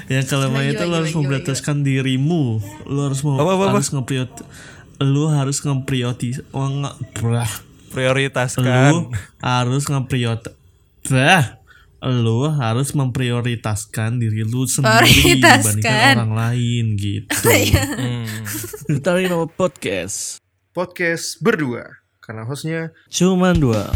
Yang kelima itu lo harus memprioritaskan dirimu. Lo harus Lu harus memprioritaskan diri lu sendiri dibandingkan orang lain gitu. Tarik nama podcast berdua karena hostnya cuman 2.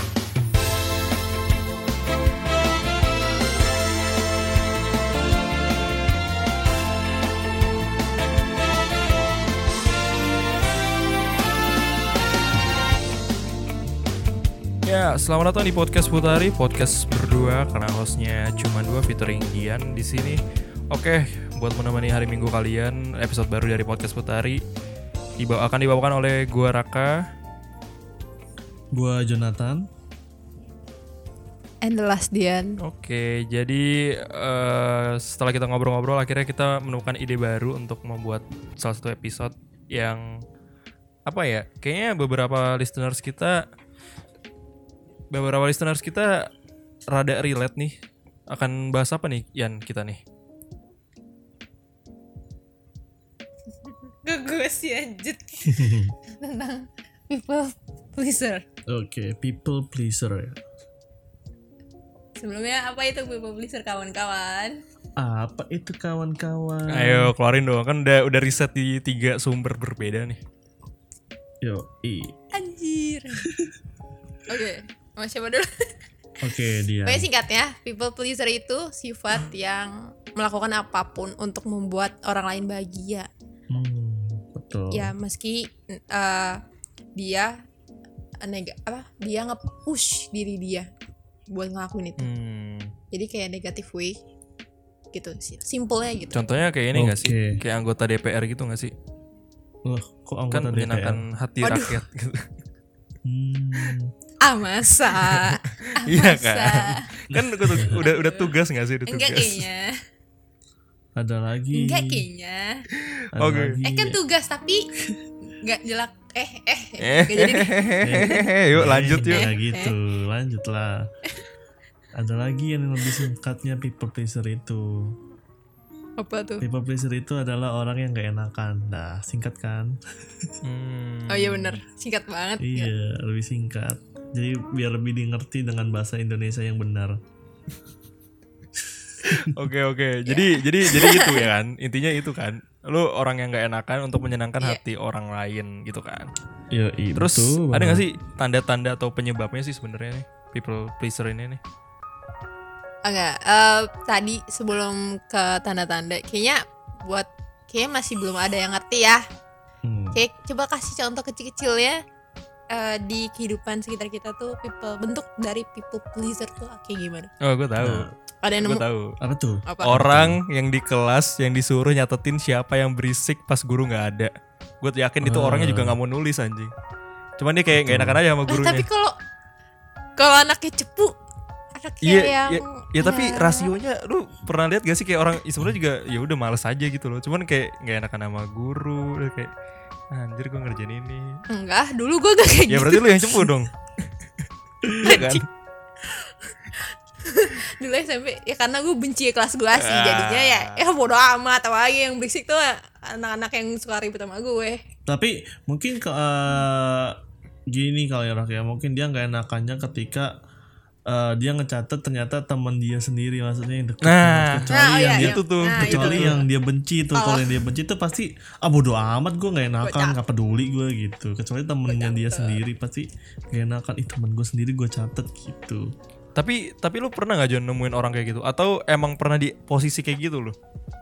Ya, selamat datang di podcast Putari, podcast berdua karena hostnya cuma 2 featuring Dian di sini. Oke, buat menemani hari Minggu kalian, episode baru dari podcast Putari akan dibawakan oleh gua Raka, gua Jonathan, and the last Dian. Oke, jadi setelah kita ngobrol-ngobrol, akhirnya kita menemukan ide baru untuk membuat salah satu episode yang apa ya? Kayaknya beberapa listeners kita rada relate nih. Akan bahas apa nih, Yan, kita nih? Gue sih anjir. Tentang people pleaser. Oke, people pleaser ya. Sebelumnya apa itu people pleaser, kawan-kawan? Apa itu kawan-kawan? Ayo keluarin dong, kan udah riset di 3 sumber berbeda nih. Anjir. Oke. Mau siapa dulu? Oke, dia. Pokoknya singkatnya, people pleaser itu sifat yang melakukan apapun untuk membuat orang lain bahagia. Betul. Ya meski dia nge-push diri dia buat ngelakuin itu. Jadi kayak negative way gitu sih. Simpelnya gitu. Contohnya kayak ini enggak sih? Kayak anggota DPR gitu enggak sih? Loh, kok anggota kan menyenangkan hati rakyat gitu. Masa? Iya kan udah tugas nggak sih? Enggak kayaknya. Ada lagi. Enggak kayaknya. Oke. Kan tugas tapi nggak jelek. Nggak jadi. Yuk lanjut yuk. Ya gitu, lanjutlah. Ada lagi yang lebih singkatnya people pleaser itu. Apa tuh? People pleaser itu adalah orang yang gak enakan. Nah, singkat kan? Oh iya benar, singkat banget. Iya, lebih singkat. Jadi biar lebih dimengerti dengan bahasa Indonesia yang benar. Oke. Jadi itu ya kan. Intinya itu kan. Lu orang yang gak enakan untuk menyenangkan hati orang lain gitu kan. Iya. Terus ada gak sih tanda-tanda atau penyebabnya sih sebenarnya nih people pleaser ini nih? Enggak, tadi sebelum ke tanda-tanda kayaknya masih belum ada yang ngerti ya. Kayak coba kasih contoh kecil-kecilnya di kehidupan sekitar kita tuh bentuk dari people pleaser tuh kayak gimana? Oh, gue tahu. Ada yang nemu? Gue tahu. Apa tuh? Orang yang di kelas yang disuruh nyatetin siapa yang berisik pas guru nggak ada. Gue yakin itu orangnya juga nggak mau nulis anjing. Cuman dia kayak nggak enakan aja sama gurunya. Tapi kalau anaknya cepu, Ya tapi rasionya lu pernah lihat gak sih kayak orang sebenarnya juga ya udah males aja gitu loh. Cuman kayak nggak enakan sama guru, udah kayak anjir gue ngerjain ini. Enggak, dulu gue gak kayak gitu. Ya berarti lu yang cepu dong. Iya kan? Dulu SMP ya karena gue benci kelas gue sih, jadinya ya bodo amat. Apa lagi yang berisik tuh anak-anak yang suka ribet sama gue. Tapi mungkin gini kali ya, mungkin dia nggak enakannya ketika dia ngecatat ternyata teman dia sendiri, maksudnya yang dekat. Kecuali yang dia benci tuh. Kalau yang dia benci tuh pasti bodo amat, gue nggak enakan, nggak peduli gue gitu. Kecuali temennya dia sendiri pasti nggak enakan, temen gue sendiri gue catat gitu. Tapi lu pernah nggak Jon nemuin orang kayak gitu? Atau emang pernah di posisi kayak gitu lu?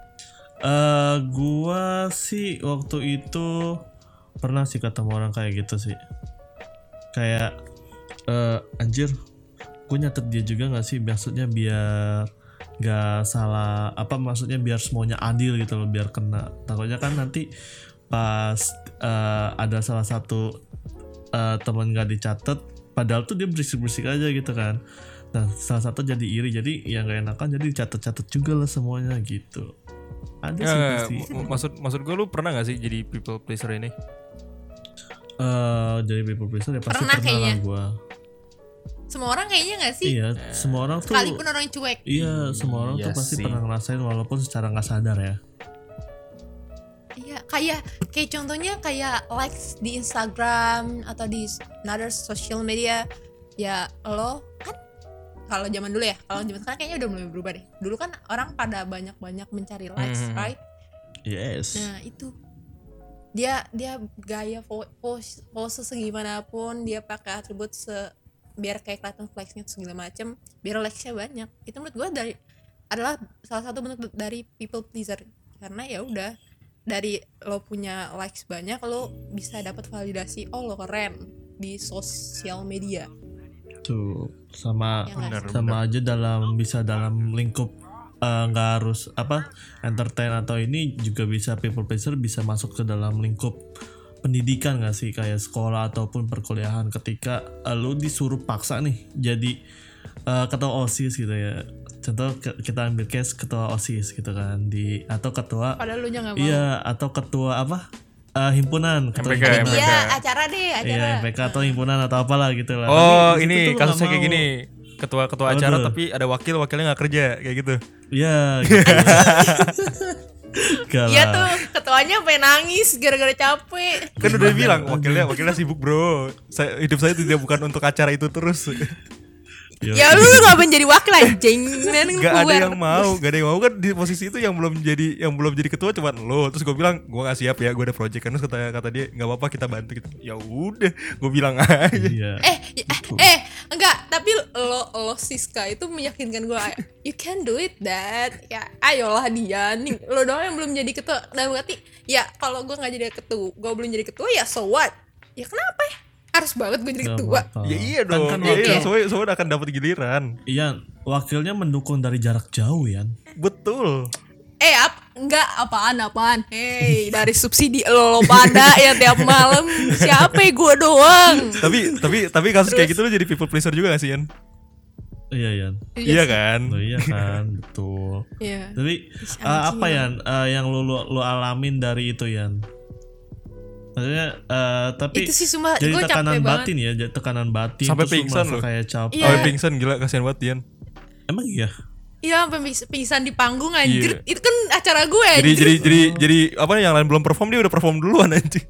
Gua sih waktu itu pernah sih ketemu orang kayak gitu sih. Kayak anjir, gue nyatet dia juga gak sih, maksudnya biar gak salah, maksudnya biar semuanya adil gitu loh, biar kena. Takutnya kan nanti pas ada salah satu teman gak dicatat, padahal tuh dia berisik-berisik aja gitu kan. Nah salah satu jadi iri, jadi yang gak enakan jadi dicatat-catat juga lah semuanya gitu. Ada sih pasti. Maksud gue, lu pernah gak sih jadi people pleaser ini? Jadi people pleaser ya pasti pernah lah gue. Semua orang kayaknya nggak sih? Iya, semua orang tuh. Sekalipun orang cuek. Iya, semua orang tuh Iya pasti sih. pernah ngerasain walaupun secara nggak sadar ya. Iya, kayak contohnya kayak likes di Instagram atau di another social media. Ya lo kan kalau zaman dulu ya, kalau zaman sekarang kayaknya udah mulai berubah deh. Dulu kan orang pada banyak mencari likes, right? Yes. Nah itu dia gaya pose segimanapun dia pakai atribut biar kayak kelihatan flexnya segala macem, biar likesnya banyak. Itu menurut gue adalah salah satu bentuk dari people pleaser, karena ya udah dari lo punya likes banyak lo bisa dapat validasi, oh lo keren di sosial media. Tuh sama Ya nggak sih? sama aja bisa dalam lingkup nggak harus entertain atau ini juga bisa people pleaser bisa masuk ke dalam lingkup pendidikan nggak sih, kayak sekolah ataupun perkuliahan ketika lu disuruh paksa nih jadi ketua OSIS gitu ya. Contoh kita ambil case ketua OSIS gitu kan atau ketua Padahal lu nya nggak mau. iya atau ketua himpunan ketua MPK, himpunan. MPK. Iya acara Iya MPK atau himpunan atau apalah gitu lah. Oh, Tapi di situ ini tuh lu kasusnya nggak kayak mau. gini. Ketua acara Aduh. tapi ada wakilnya nggak kerja kayak gitu. Iya gitu. Gak Iya lah. tuh ketuanya sampai nangis gara-gara capek. Kan udah bilang wakilnya sibuk bro. Hidup saya tidak bukan untuk acara itu terus. Yo. Ya lu nggak menjadi wakil anjing. Gak ada yang mau kan di posisi itu yang belum jadi ketua cuma lo. Terus gue bilang gue nggak siap ya, gue ada project kan. Terus kata dia nggak apa-apa kita bantu gitu. Ya udah, gue bilang aja. Iya. Enggak, tapi lo Siska itu meyakinkan gue, you can do it that. Ya ayolah dia nih, lo doang yang belum jadi ketua. Dan berarti ya kalau gue nggak jadi ketua, gue belum jadi ketua ya so what? Ya kenapa ya? Harus banget gue jadi Gak ketua. apa-apa. Ya iya dong. Kan Ya wakil. iya, soalnya akan dapat giliran. Iya, wakilnya mendukung dari jarak jauh ya. Betul. Enggak apaan. Hei, dari subsidi lo pada ya tiap malam. Siapa ya gue doang? tapi kasus kayak gitu lo jadi people pleaser juga gak sih Yan? Iya Yan. Iya kan? Oh, iya kan, betul. Iya. Tapi Ih, apa anjing. Yan yang lu alamin dari itu Yan? Maksudnya tapi Itu sih sumpah jadi gue tekanan capek batin ya, jadi tekanan batin Sampai terus lu pingsan merasa lu. kayak capek. Iya. Oh pingsan gila kasihan banget Yan. Emang iya? Iya sampai pingsan di panggung anjir. Iya. Itu kan acara gue anjir. Jadi apa yang lain belum perform dia udah perform duluan anjing.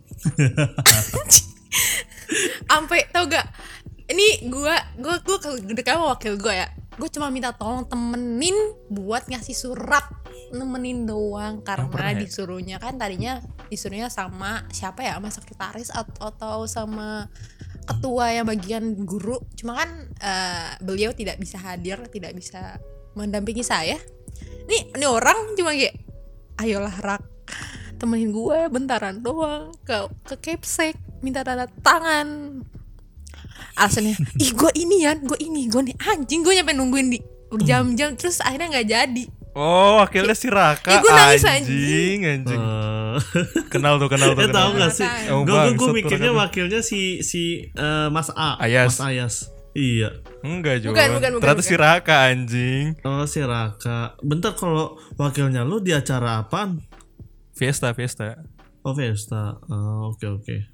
Sampai tau gak, ini gue dekat sama wakil gue ya, gue cuma minta tolong temenin buat ngasih surat, nemenin doang karena pernah ya? disuruhnya kan tadinya disuruhnya sama siapa ya, sama sekretaris atau sama ketua yang bagian guru, cuma kan beliau tidak bisa hadir, tidak bisa mendampingi saya. Ini orang cuma kayak ayolah Rak, temenin gue bentaran doang ke Kepsek minta tanda tangan. Alasannya gue nih anjing, gue nyampe nungguin di berjam-jam terus akhirnya nggak jadi. Oh wakilnya si Raka. Ih, gua nangis, anjing. Kenal tuh. Tahu nggak sih? Oh, Gue bangsat, mikirnya Raka. wakilnya si Mas A. Ayas. Mas Ayas. Iya. Enggak juga. Bukan. Ternyata si Raka anjing. Oh si Raka. Bentar, kalau wakilnya lu di acara apaan? Fiesta. Oh Fiesta. Oh, oke.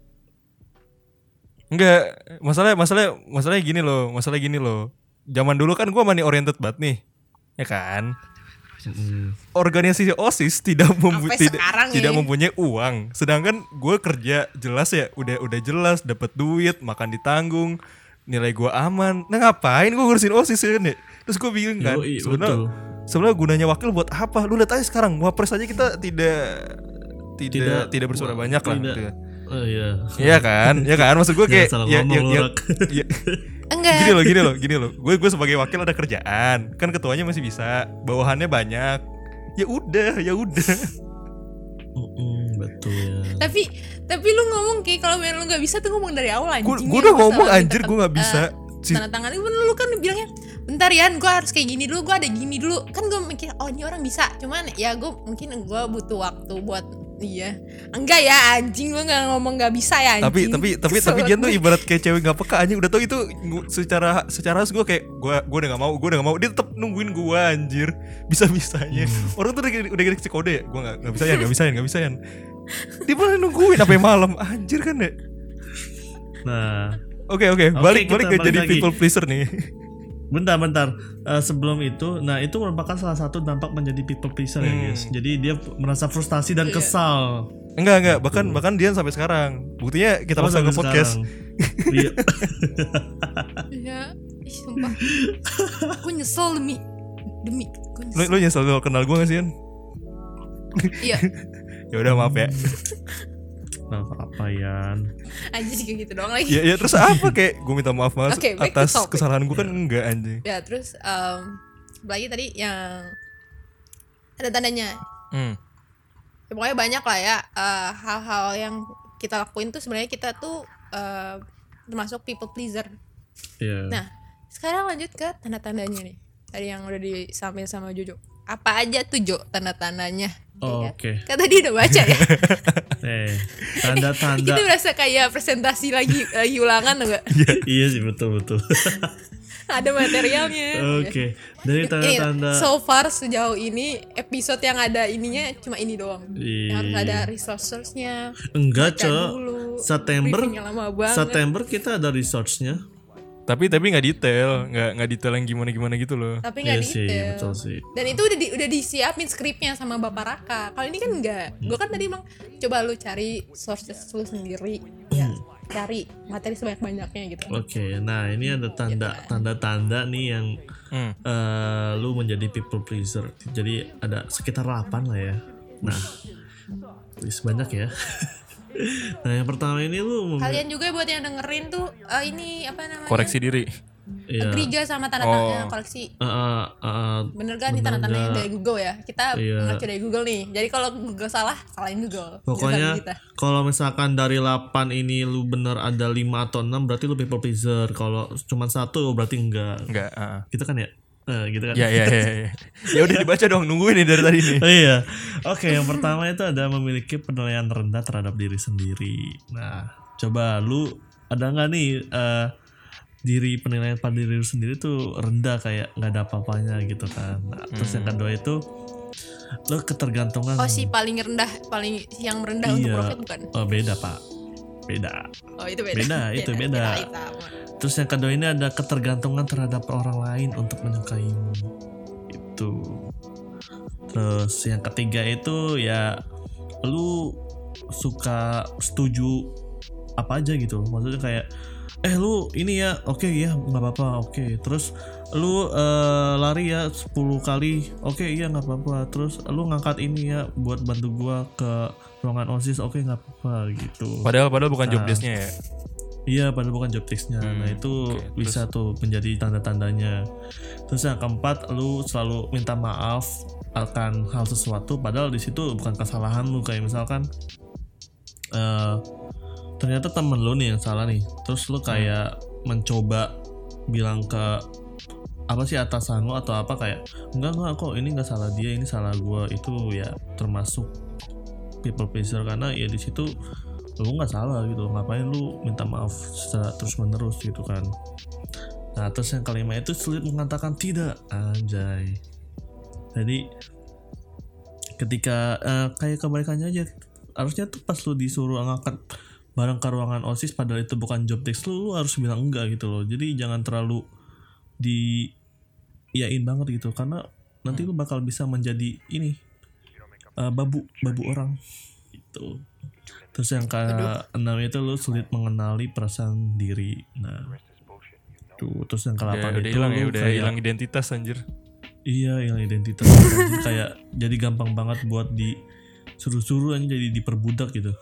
Enggak, masalahnya gini loh. Zaman dulu kan gue money oriented banget nih. Ya kan? Organisasi OSIS tidak sekarang tidak ya. mempunyai uang. Sedangkan gue kerja jelas ya, udah jelas dapat duit, makan ditanggung, nilai gue aman. Nah ngapain gue ngurusin OSIS kan ya? Terus gue bingung kan. Yoi, betul. Sebenarnya gunanya wakil buat apa? Lu lihat aja sekarang, Wapres aja kita tidak bersuara banyak lah tidak. gitu ya. Oh iya. Iya kan? Maksud gue kayak Jangan salah ngomong, lu, Rak. Enggak. Gini loh. Gue sebagai wakil ada kerjaan. Kan ketuanya masih bisa, bawahannya banyak. Ya udah. Betul ya. Tapi lu ngomong kayak kalau lu nggak bisa tuh ngomong dari awal anjing. Gue udah ngomong anjir gue nggak bisa. Tanda tangan itu lu kan bilangnya bentar ya, gue harus kayak gini dulu, gue ada gini dulu. Kan gue mikir oh ini orang bisa, cuman ya gue mungkin gue butuh waktu buat iya. Enggak ya anjing, lu nggak ngomong nggak bisa ya anjing. Tapi dia tuh ibarat kayak cewek nggak peka anjing. Udah tau itu secara gue kayak gue udah nggak mau. Dia tetap nungguin gue anjir. Bisa-bisanya. Orang tuh udah dikasih kode ya. Gue nggak bisa ya. Dia malah nungguin sampai malam anjir kan ya. Nah, Oke, balik kita ke jadi lagi. people pleaser nih. Bentar. Sebelum itu, nah itu merupakan salah satu dampak menjadi people pleaser ya guys. Jadi dia merasa frustasi dan kesal. Enggak, bahkan Dian sampai sekarang. Buktinya kita pasang ke sampai podcast. sekarang. Iya. Iya, ih sumpah. Gue nyesel demi gue nyesel. Lu nyesel gak kenal gue gak sih, Yan? Iya, Ya udah maaf ya. Nah, apa Yan? anjir kayak gitu doang lagi. Ya terus apa kayak gue minta maaf Mas Oke, back to atas topic. kesalahan gue kan enggak anjing. Ya terus lagi tadi yang ada tandanya. Ya, pokoknya banyak lah ya hal-hal yang kita lakuin tuh sebenarnya kita tuh termasuk people pleaser. Iya. Nah, sekarang lanjut ke tanda-tandanya nih. Tadi yang udah disampaikan sama Jojo. Apa aja tuh Jo tanda-tandanya? Ya, Oke. kan tadi udah baca ya. Tanda-tanda. Kita berasa kayak presentasi lagi ulangan enggak? Iya sih betul. Ada materialnya. Oke. Dari Ini, tanda-tanda. so far sejauh ini episode yang ada ininya cuma ini doang. Iya. Yang harus ada resources-nya. Enggak, baca Cok. dulu. September Briefingnya lama banget. September kita ada research-nya. Tapi nggak detail, nggak detail yang gimana gitu loh. Tapi nggak Iya sih, detail. betul sih. Dan itu udah disiapin skripnya sama Bapak Raka. Kalau ini kan enggak. Gue kan tadi emang coba lu cari sources lu sendiri. Ya, cari materi sebanyak-banyaknya gitu. Oke, nah ini ada tanda-tanda nih yang lu menjadi people pleaser. Jadi ada sekitar 8 lah ya. Nah, wis banyak ya. Nah yang pertama ini lu Kalian juga buat yang dengerin tuh ini apa namanya? Koreksi diri. Iya. Agree gak sama tanda-tanda koleksi? Bener kan ini tanda-tandanya dari Google ya? Kita mengacu dari Google nih. Jadi kalau Google salah, salahin Google. Pokoknya Jangan kita. kalau misalkan dari 8 ini lu bener ada 5 atau 6 berarti lu people pleaser. Kalau cuma 1 berarti enggak. Enggak. Gitu kan ya? Gitu kan? Ya. Ya udah dibaca dong, nungguin nih dari tadi nih. Oh iya. Oke, yang pertama itu ada memiliki penilaian rendah terhadap diri sendiri. Nah, coba lu ada nggak nih penilaian pada diri lu sendiri tuh rendah kayak nggak ada apa-apanya gitu kan. Nah, terus yang kedua itu lu ketergantungan. Oh si paling rendah, yang merendah untuk profit bukan? Oh, beda, Pak. Beda. Oh itu beda. Itu beda. Terus yang kedua ini ada ketergantungan terhadap orang lain untuk menyukaimu. Itu. Terus yang ketiga itu ya lu suka setuju apa aja gitu. Maksudnya kayak lu ini ya, oke ya nggak apa-apa, oke. Terus lu lari ya 10 kali, oke iya nggak apa-apa. Terus lu ngangkat ini ya buat bantu gua ke ruangan OSIS, oke nggak apa-apa gitu. Padahal bukan job desk-nya ya. Iya, padahal bukan job desk-nya. Nah itu bisa tuh menjadi tanda-tandanya. Terus yang keempat, lu selalu minta maaf akan hal sesuatu, padahal di situ bukan kesalahan lu. Kayak misalkan ternyata temen lu nih yang salah nih. Terus lu kayak mencoba bilang ke apa sih atasan lu atau apa kayak enggak kok ini nggak salah dia, ini salah gua. Itu ya termasuk people pleaser karena ya di situ lu nggak salah gitu, ngapain lu minta maaf secara terus menerus gitu kan. Nah terus yang kelima itu sulit mengatakan tidak, anjay. Jadi ketika kayak kebalikannya aja, harusnya tuh pas lu disuruh ngangkat barang ke ruangan OSIS padahal itu bukan job desk lu harus bilang enggak gitu loh. Jadi jangan terlalu diiyain banget gitu karena nanti lu bakal bisa menjadi ini babu orang gitu. Terus yang ke-6 itu lu sulit mengenali perasaan diri. Nah, tuh terus yang ke-8 itu udah hilang identitas anjir. Iya, hilang identitas. Jadi kayak jadi gampang banget buat disuruh-suruh aja jadi diperbudak gitu.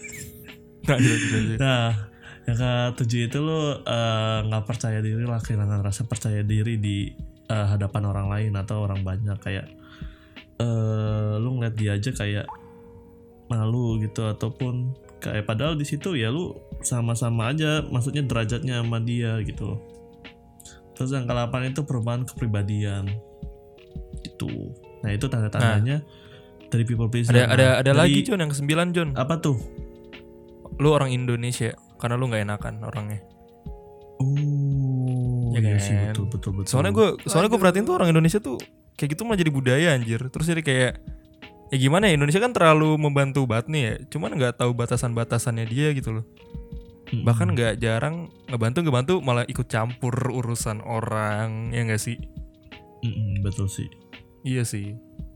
Nah, yang ke-7 itu lu nggak percaya diri lah, kehilangan rasa percaya diri di hadapan orang lain atau orang banyak kayak lu ngeliat dia aja kayak malu gitu ataupun kayak padahal di situ ya lu sama-sama aja maksudnya derajatnya sama dia gitu loh. Terus yang ke-8 itu perubahan kepribadian itu. Nah itu tanda-tandanya dari people pleaser. Ada lagi John yang ke-9 John. Apa tuh? Lu orang Indonesia karena lu nggak enakan orangnya. Ya kan? iya sih betul. Soalnya gue perhatiin tuh orang Indonesia tuh kayak gitu malah jadi budaya anjir. Terus jadi kayak ya gimana ya, Indonesia kan terlalu membantu banget nih ya, cuman nggak tahu batasan-batasannya dia gitu loh. Bahkan nggak jarang ngebantu malah ikut campur urusan orang, ya nggak sih? Betul sih. Iya sih.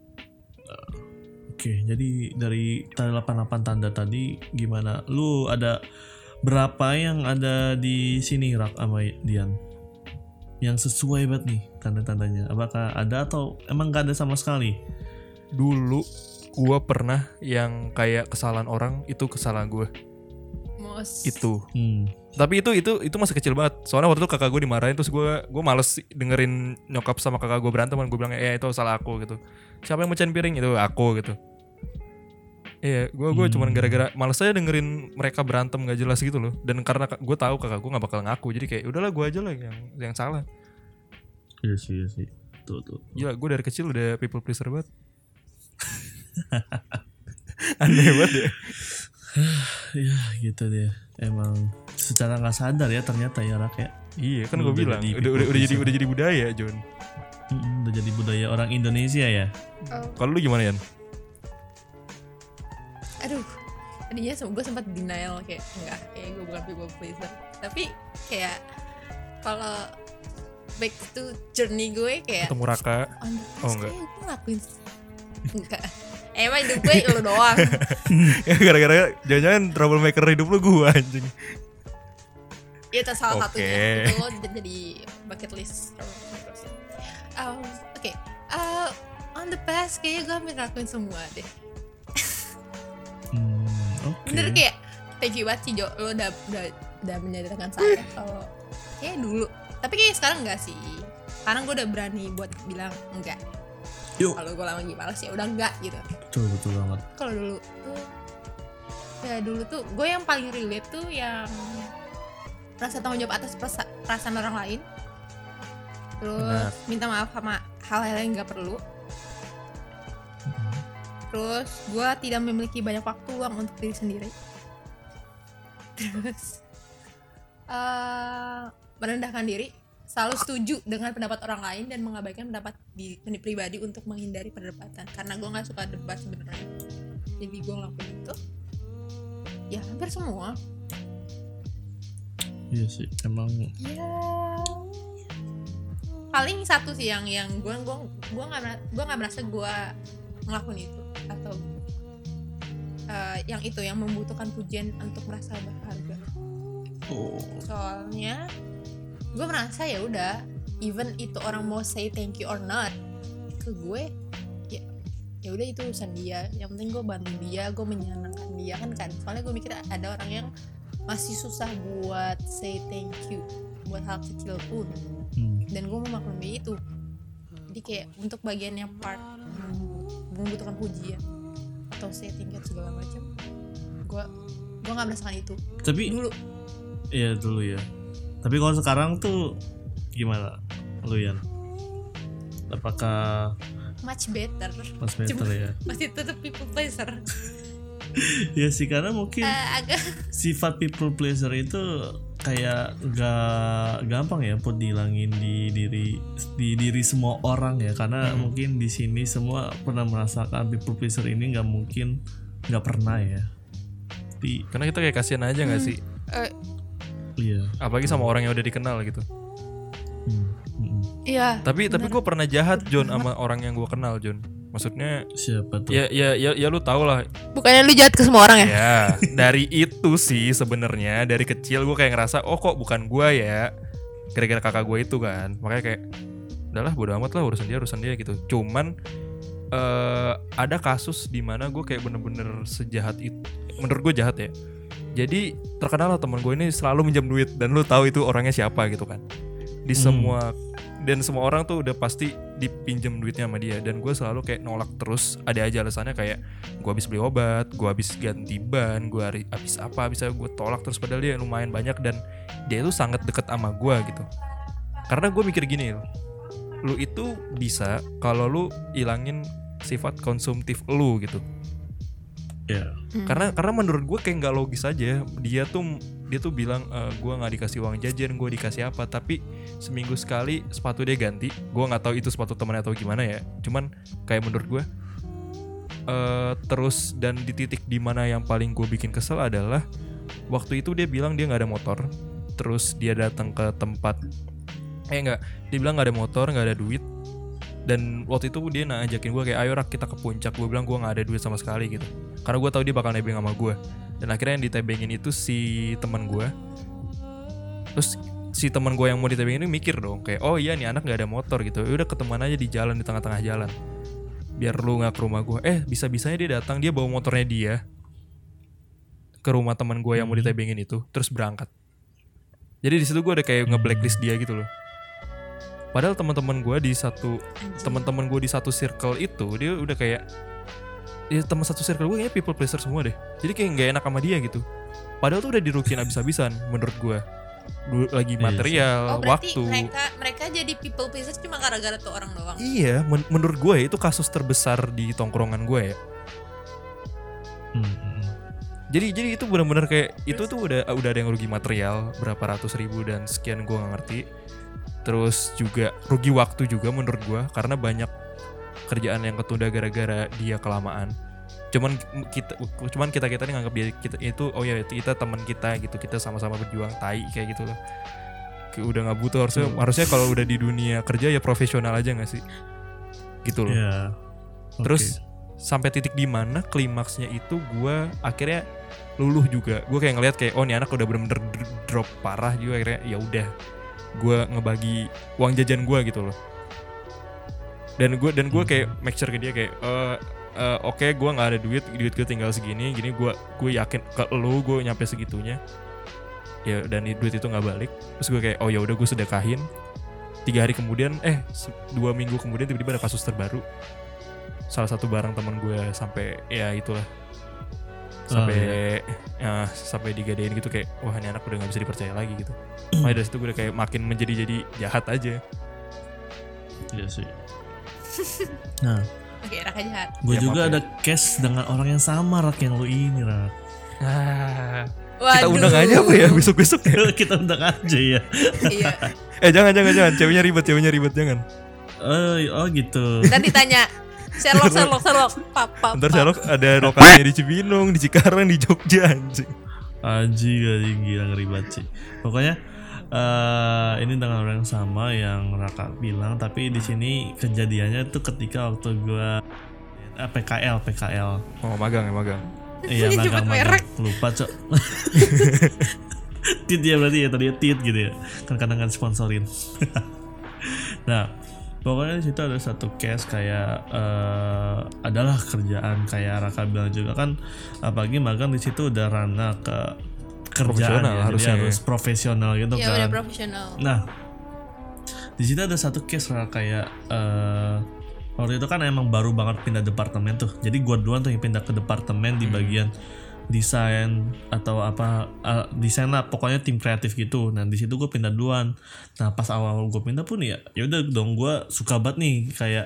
Oke, jadi dari 88 tanda tadi gimana? Lu ada berapa yang ada di sini Rak sama Dian? Yang sesuai banget nih tanda-tandanya. Apakah ada atau emang gak ada sama sekali? Dulu gue pernah yang kayak kesalahan orang itu kesalahan gue. Itu. Tapi itu masih kecil banget. Soalnya waktu itu kakak gue dimarahin, terus gue males dengerin nyokap sama kakak gue berantem, gue bilang itu salah aku gitu. Siapa yang mecahin piring? Itu aku gitu. Iya, gue cuman gara-gara males aja dengerin mereka berantem gak jelas gitu loh. Dan karena gue tahu kakak gue gak bakal ngaku, jadi kayak udahlah gue aja lah yang salah. Iya sih. Tuh. Gila, gue dari kecil udah people pleaser banget. Aneh banget ya. Ya gitu deh. Emang secara nggak sadar ya ternyata ya Rak ya. Iya kan gue bilang udah jadi budaya John. Udah jadi budaya orang Indonesia ya. Kalau lu gimana Yan? Aduh, tadinya gue sempat denial kayak enggak, kayak gue bukan people pleaser. Tapi kayak kalau back to journey gue kayak Ketemu Raka. Enggak. Kayak gue ngelakuin enggak. Emang hidup gue lu doang. Ya gara-gara jangan-jangan troublemaker hidup lu gue anjing. Itu salah satunya. Itu lo jadi bucket list. Oke. On the past kayaknya gue hampir ngelakuin semua deh. Bener kayak thank you banget Cijo, lo udah menyadarkan saya kalau kayak dulu. Tapi kayak sekarang enggak sih. Sekarang gue udah berani buat bilang enggak. Kalau gue lagi malas ya udah enggak gitu. Betul banget. Kalau dulu tuh gue yang paling relate tuh yang rasa tanggung jawab atas perasaan orang lain. Terus minta maaf sama hal-hal yang enggak perlu. Terus gue tidak memiliki banyak waktu luang untuk diri sendiri. Terus merendahkan diri, selalu setuju dengan pendapat orang lain dan mengabaikan pendapat pribadi untuk menghindari perdebatan. Karena gue nggak suka debat sebenarnya. Jadi gue ngelakuin itu. Ya hampir semua. Iya sih, emang. Ya. Paling satu sih yang gue nggak merasa gue ngelakuin itu atau yang itu yang membutuhkan pujian untuk merasa berharga. Soalnya gue merasa ya udah, even itu orang mau say thank you or not ke gue, ya udah itu urusan dia. Yang penting gue bantu dia, gue menyenangkan dia kan. Soalnya gue mikir ada orang yang masih susah buat say thank you buat hal kecil pun, dan gue memaklumi itu. Jadi kayak untuk bagian yang part membutuhkan pujian atau say thank you segala macam, gue nggak merasakan itu. Tapi dulu ya. Tapi kalau sekarang tuh gimana lu Yan? Apakah much better ya? Masih tetap people pleaser. Ya sih, karena mungkin sifat people pleaser itu kayak gak gampang ya buat dihilangin di diri semua orang ya, karena mungkin di sini semua pernah merasakan people pleaser ini, nggak pernah ya. Karena kita kayak kasihan aja nggak sih? Iya. Apalagi sama orang yang udah dikenal gitu. Iya. Tapi gue pernah jahat John sama orang yang gue kenal John. Maksudnya siapa tuh? Ya lu tau lah. Bukannya lu jahat ke semua orang ya? Ya dari itu sih sebenarnya dari kecil gue kayak ngerasa kok bukan gue ya, gara-gara kakak gue itu kan. Makanya kayak udahlah bodo amat lah, urusan dia gitu. Cuman ada kasus di mana gue kayak bener-bener sejahat itu. Menurut gue jahat ya. Jadi terkenal lah teman gue ini selalu minjam duit, dan lu tahu itu orangnya siapa gitu kan. Di semua orang tuh udah pasti dipinjam duitnya sama dia, dan gue selalu kayak nolak terus. Ada aja alasannya kayak gue habis beli obat, gue habis ganti ban, gue habis apa, bisa gue tolak terus, padahal dia lumayan banyak dan dia tuh sangat deket sama gue gitu. Karena gue mikir gini, lu itu bisa kalau lu ilangin sifat konsumtif lu gitu. Yeah. Karena menurut gue kayak nggak logis aja. Dia tuh bilang gue nggak dikasih uang jajan, gue dikasih apa, tapi seminggu sekali sepatu dia ganti. Gue nggak tahu itu sepatu temannya atau gimana ya. Cuman kayak menurut gue terus, dan di titik dimana yang paling gue bikin kesel adalah waktu itu dia bilang dia nggak ada motor, terus dia datang ke tempat dia bilang nggak ada motor, nggak ada duit. Dan waktu itu dia ngajakin gue kayak ayo Rak kita ke puncak. Gue bilang gue nggak ada duit sama sekali gitu, karena gue tahu dia bakal nebeng sama gue. Dan akhirnya yang ditebengin itu si teman gue. Terus si teman gue yang mau ditebengin ini mikir dong kayak oh iya nih anak nggak ada motor gitu, udah ketemuan aja di jalan, di tengah-tengah jalan, biar lu nggak ke rumah gue. Bisa-bisanya dia datang, dia bawa motornya dia ke rumah teman gue yang mau ditebengin itu, terus berangkat. Jadi di situ gue udah kayak nge-blacklist dia gitu loh. Padahal teman-teman gue di satu circle itu dia udah kayak teman satu circle gue kayaknya people pleaser semua deh. Jadi kayak nggak enak sama dia gitu. Padahal tuh udah dirugiin abis-abisan menurut gue. Lagi material, berarti waktu. mereka jadi people pleaser cuma gara-gara tuh orang doang. Iya, menurut gue itu kasus terbesar di tongkrongan gue ya. Jadi itu benar-benar kayak itu tuh udah ada yang rugi material berapa ratus ribu dan sekian, gue nggak ngerti. Terus juga rugi waktu juga menurut gue, karena banyak kerjaan yang ketunda gara-gara dia kelamaan. Cuman kita nih nganggap dia itu oh ya kita teman kita gitu, kita sama-sama berjuang tai kayak gitu loh. Udah nggak butuh, harusnya kalau udah di dunia kerja ya profesional aja nggak sih gitu loh. Yeah. Okay. Terus sampai titik di mana klimaksnya itu gue akhirnya luluh juga. Gue kayak ngeliat kayak oh nih anak udah bener-bener drop parah juga. Akhirnya ya udah gue ngebagi uang jajan gue gitu loh. Dan gue kayak make sure ke dia kayak oke, gue nggak ada duit gue tinggal segini gini, gue yakin ke lu gue nyampe segitunya ya, dan duit itu nggak balik. Terus gue kayak oh ya udah gue sedekahin. 3 hari kemudian 2 minggu kemudian tiba-tiba ada kasus terbaru, salah satu barang teman gue sampai ya itulah sampai digadein gitu, kayak wah ini anak udah nggak bisa dipercaya lagi gitu. Makanya dari situ gue udah kayak makin menjadi jahat aja. Iya sih. Nah, Oke, Raka jahat. gue Ya, juga maaf ya. ada case dengan orang yang sama Rak, yang lu ini Rak. Kita undang aja apa ya besok-besok ya? Kita undang aja ya. Iya. Jangan ceweknya ribet jangan. Oh gitu. Dan ditanya Sherlock papa. Ntar Sherlock ada lokasinya di Cibinong, di Cikarang, di Jogja anjing. Anjing gila, ngeri banget sih. Pokoknya ini dengan orang yang sama yang Raka bilang, tapi di sini kejadiannya tuh ketika waktu gua PKL. Oh magang. Iya, Nyebut merek. lupa cok. Tit ya berarti ya, tadi Tit gitu ya. Kan kadang sponsorin. Nah, pokoknya di situ ada satu case kayak adalah kerjaan kayak Raka bilang juga kan, apalagi magang di situ udah ranah ke kerjaan ya, harusnya jadi harus profesional gitu Iya, kan. udah profesional. Nah, di situ ada satu case lah kayak waktu itu kan emang baru banget pindah departemen tuh. Jadi gua duluan tuh yang pindah ke departemen di bagian desain atau apa desain lah, pokoknya tim kreatif gitu. Nah, di situ gua pindah duluan. Nah, pas awal gua pindah pun ya udah dong, gua suka banget nih kayak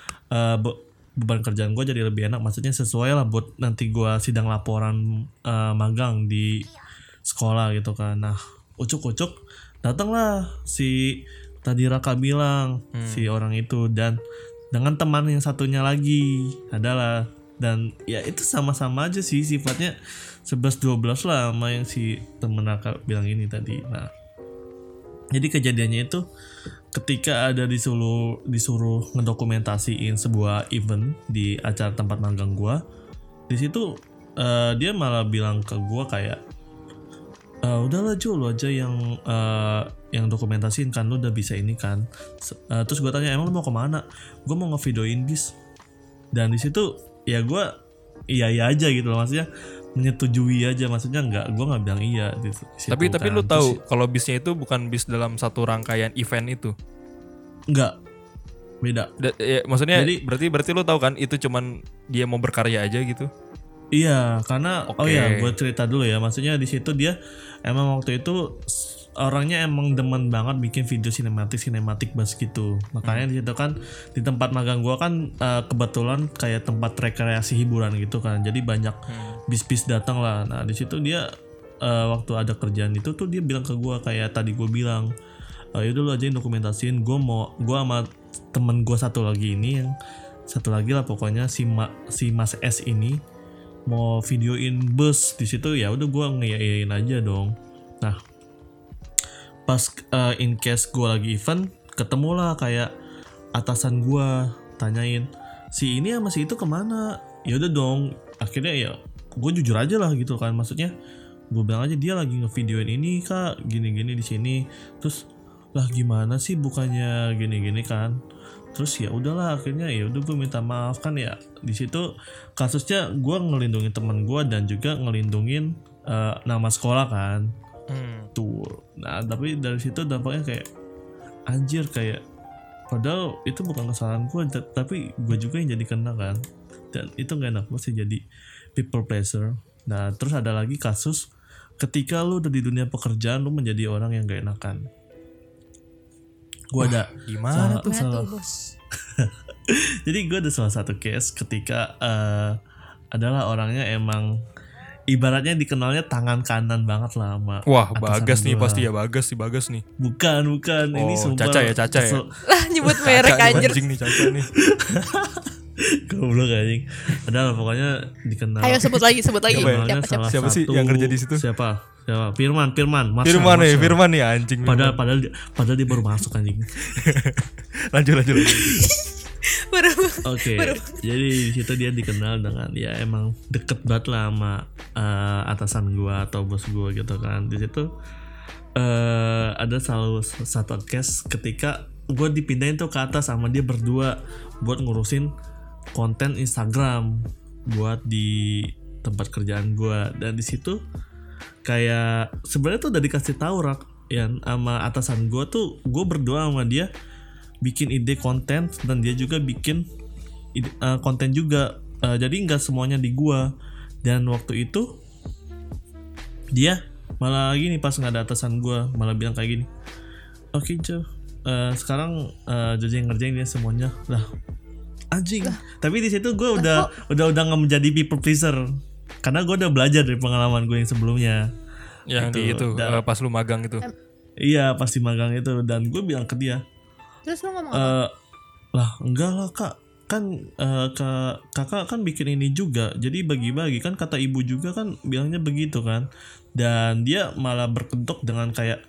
beban kerjaan gua jadi lebih enak, maksudnya sesuai lah buat nanti gua sidang laporan magang di sekolah gitu kan. Nah, ucuk datanglah si tadi Raka bilang si orang itu, dan dengan teman yang satunya lagi adalah, dan ya itu sama-sama aja sih sifatnya 11-12 lah sama yang si temen Raka bilang ini tadi. Nah, jadi kejadiannya itu ketika ada disuruh ngedokumentasiin sebuah event di acara tempat magang gua, di situ dia malah bilang ke gua kayak udahlah Jo, lu aja yang dokumentasiin kan, lu udah bisa ini kan. Terus gue tanya emang lu mau kemana? Gue mau ngevideoin bis. Dan di situ ya gue iya aja gitu loh, maksudnya menyetujui aja, maksudnya gue nggak bilang iya gitu. Tapi lu tahu kalau bisnya itu bukan bis dalam satu rangkaian event itu. Enggak, beda. Maksudnya Jadi, berarti lu tahu kan itu cuman dia mau berkarya aja gitu. Iya, karena Oke. oh ya, gue cerita dulu ya. Maksudnya di situ dia emang waktu itu orangnya emang demen banget bikin video sinematik bas gitu. Makanya di situ kan di tempat magang gue kan kebetulan kayak tempat rekreasi hiburan gitu kan. Jadi banyak bis-bis datang lah. Nah, di situ dia waktu ada kerjaan itu tuh dia bilang ke gue kayak tadi gue bilang, yaudah lu aja yang dokumentasiin. Gue sama temen gue satu lagi lah pokoknya si Mas S ini mau videoin bus di situ, ya udah gue ngeyain aja dong. Nah pas in case gue lagi event, ketemulah kayak atasan gue tanyain si ini sama si itu kemana. Ya udah dong, akhirnya ya gue jujur aja lah gitu kan, maksudnya gue bilang aja dia lagi ngevideoin ini kak, gini-gini di sini. Terus lah gimana sih bukannya gini-gini kan. Terus ya udahlah, akhirnya ya udah gue minta maaf kan. Ya di situ kasusnya gue ngelindungin teman gue dan juga ngelindungin nama sekolah kan. Tuh. Nah tapi dari situ dampaknya kayak anjir, kayak padahal itu bukan kesalahan gue, tapi gue juga yang jadi kena kan. Dan itu gak enak, gue sih jadi people pleaser. Nah terus ada lagi kasus ketika lu udah di dunia pekerjaan, lu menjadi orang yang gak enakan. Gue ada gimana tuh? Bos? Jadi gue ada salah satu case ketika adalah orangnya emang ibaratnya dikenalnya tangan kanan banget lah sama Wah, atasan Bagas nih gua. pasti ya, Bagas nih. Bukan ini sumpah Caca ya. Lah nyebut merek Caca anjir. anjing nih, Caca nih. Goblok anjing. Padahal pokoknya dikenal. Ayo sebut lagi. dikenalnya Siapa? salah Siapa sih satu- yang kerja di situ? Siapa? Firman. Marshall, Firman Marshall. nih anjing. Padahal dia baru masuk anjing. Lanjut. Baru. Oke, jadi di situ dia dikenal dengan ya emang deket banget lah sama atasan gua atau bos gua gitu kan. Di situ ada satu case ketika gua dipindahin tuh ke atas sama dia berdua buat ngurusin konten Instagram buat di tempat kerjaan gua. Dan di situ kayak sebenarnya tuh udah dikasih tahu ya sama atasan gua tuh, gua berdua sama dia bikin ide konten dan dia juga bikin konten juga. Jadi nggak semuanya di gua. Dan waktu itu dia malah gini, pas nggak ada atasan gua malah bilang kayak gini, oke Jo, sekarang Jojo yang ngerjain dia semuanya lah. Anjing. Tapi di situ gua udah nggak menjadi people pleaser karena gua udah belajar dari pengalaman gue yang sebelumnya. Yang di itu pas lu magang itu. Iya, pasti magang itu. Dan gue bilang ke dia, Terus lu ngomong apa? lah enggak lah kak, kan kakak kan bikin ini juga, jadi bagi-bagi kan, kata ibu juga kan bilangnya begitu kan. Dan dia malah berkedok dengan kayak,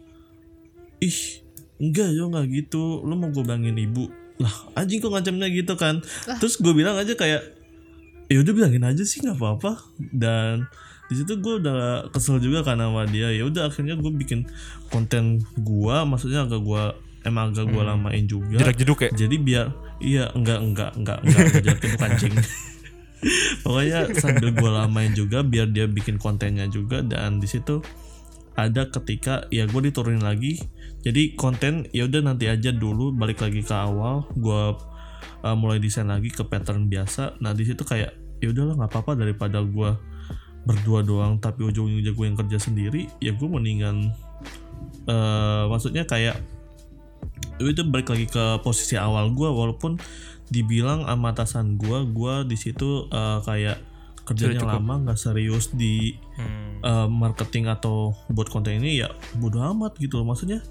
ih enggak gitu, lu mau gue bilangin ibu lah, anjing kok ngacamnya gitu kan. Terus gue bilang aja kayak, ya udah bilangin aja sih nggak apa-apa. Dan di situ gue udah kesel juga kan sama dia. Ya udah akhirnya gue bikin konten gue, maksudnya agak gue lamain juga. Jedak-jeduk ya? Jadi biar enggak jedak-jeduk anjing. Pokoknya sambil gue lamain juga biar dia bikin kontennya juga. Dan di situ ada ketika ya gue diturunin lagi. Jadi konten ya udah nanti aja dulu, balik lagi ke awal. Gue mulai desain lagi ke pattern biasa. Nah di situ kayak ya udahlah nggak apa-apa, daripada gue berdua doang tapi ujung-ujungnya gue yang kerja sendiri, ya gue mendingan maksudnya kayak itu balik lagi ke posisi awal gue. Walaupun dibilang sama atasan gue di situ kayak kerjanya lama, nggak serius di marketing atau buat konten ini, ya bodo amat gitu loh. Maksudnya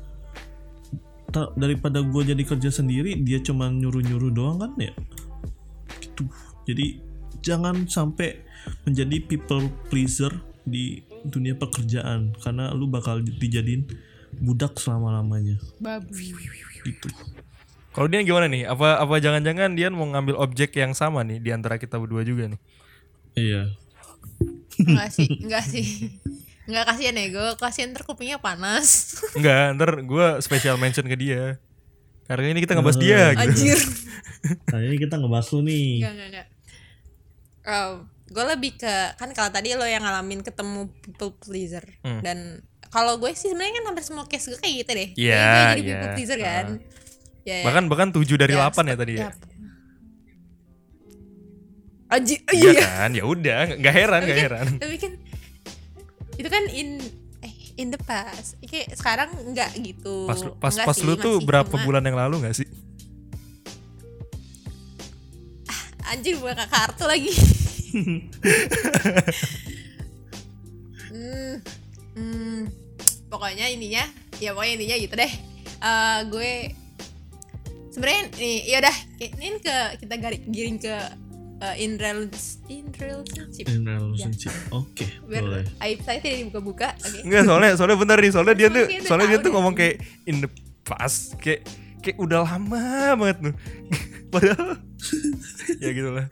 daripada gue jadi kerja sendiri, dia cuma nyuruh doang kan ya gitu. Jadi jangan sampai menjadi people pleaser di dunia pekerjaan, karena lu bakal dijadiin budak selama-lamanya. Babi. Gitu. Kalau dia gimana nih? Apa jangan-jangan dia mau ngambil objek yang sama nih di antara kita berdua juga nih? Iya. Enggak sih. Enggak, kasihan ya gue, kasihan ntar kupingnya panas. Enggak, ntar gue special mention ke dia. Karena ini kita ngebahas dia gitu. Anjir. Nah ini kita ngebahas lu nih. Enggak. Gue lebih ke, kan kalau tadi lo yang ngalamin ketemu people pleaser. Dan kalau gue sih sebenarnya kan hampir semua case gue kayak gitu deh. Iya, Gue jadi people pleaser kan. Ya. Bahkan 7 dari 8 ya tadi ya. Anjir, Iya iya. kan, ya udah, nggak heran. Tapi kan itu kan in the past. Kayak sekarang enggak gitu. Pas lu tuh berapa bulan yang lalu nggak sih? Anjir, buka kartu lagi. Pokoknya intinya gitu deh. Gue sebenarnya nih, ya udah ini kita giring ke in relationship. In relationship. Oke, boleh. Aib saya tidak dibuka-buka. Oke. Enggak, soalnya bentar nih, soalnya dia tuh Oke, soalnya dia tahu tuh deh. ngomong kayak in the past, kayak udah lama banget tuh. Padahal ya gitulah.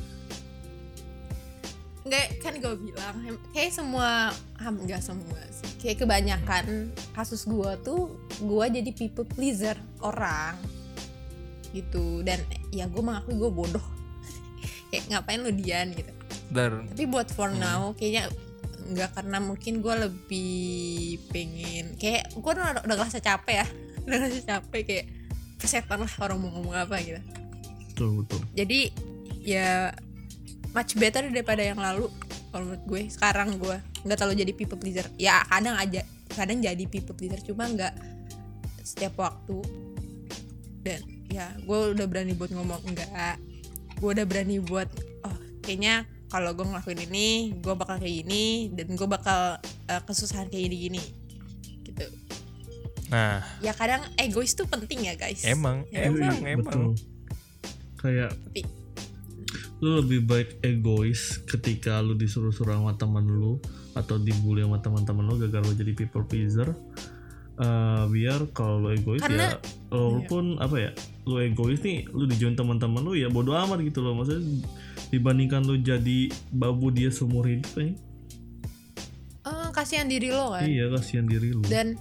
Enggak, kan gue bilang kayak semua, enggak semua sih, kayak kebanyakan kasus gue tuh gue jadi people pleaser orang gitu. Dan ya gue mengakui gue bodoh. Kayak ngapain lu Dian gitu. Tapi buat for now kayaknya enggak, karena mungkin gue lebih pengen kayak gue udah ngerasa capek ya. Udah ngerasa capek kayak kesetan lah orang mau ngomong apa gitu. Betul. Jadi ya much better daripada yang lalu kalau menurut gue. Sekarang gue nggak terlalu jadi people pleaser. Ya kadang jadi people pleaser, cuma nggak setiap waktu. Dan ya gue udah berani buat ngomong enggak. Gue udah berani buat kayaknya kalau gue ngelakuin ini gue bakal kayak gini, dan gue bakal kesusahan kayak gini gitu. Nah, Ya kadang egois tuh penting ya guys. emang. Betul. Kayak Tapi lu lebih baik egois ketika lu disuruh-suruh sama teman lu atau dibully sama teman-teman lu gagal lu jadi people pleaser. Biar kalau lu egois Karena- ya walaupun apa ya, lu egois nih, lu dijauhin teman-teman lu ya bodo amat gitu loh. Maksudnya dibandingkan lu jadi babu dia seumur hidup kan. kasihan diri lo kan. Iya, kasihan diri lu. Dan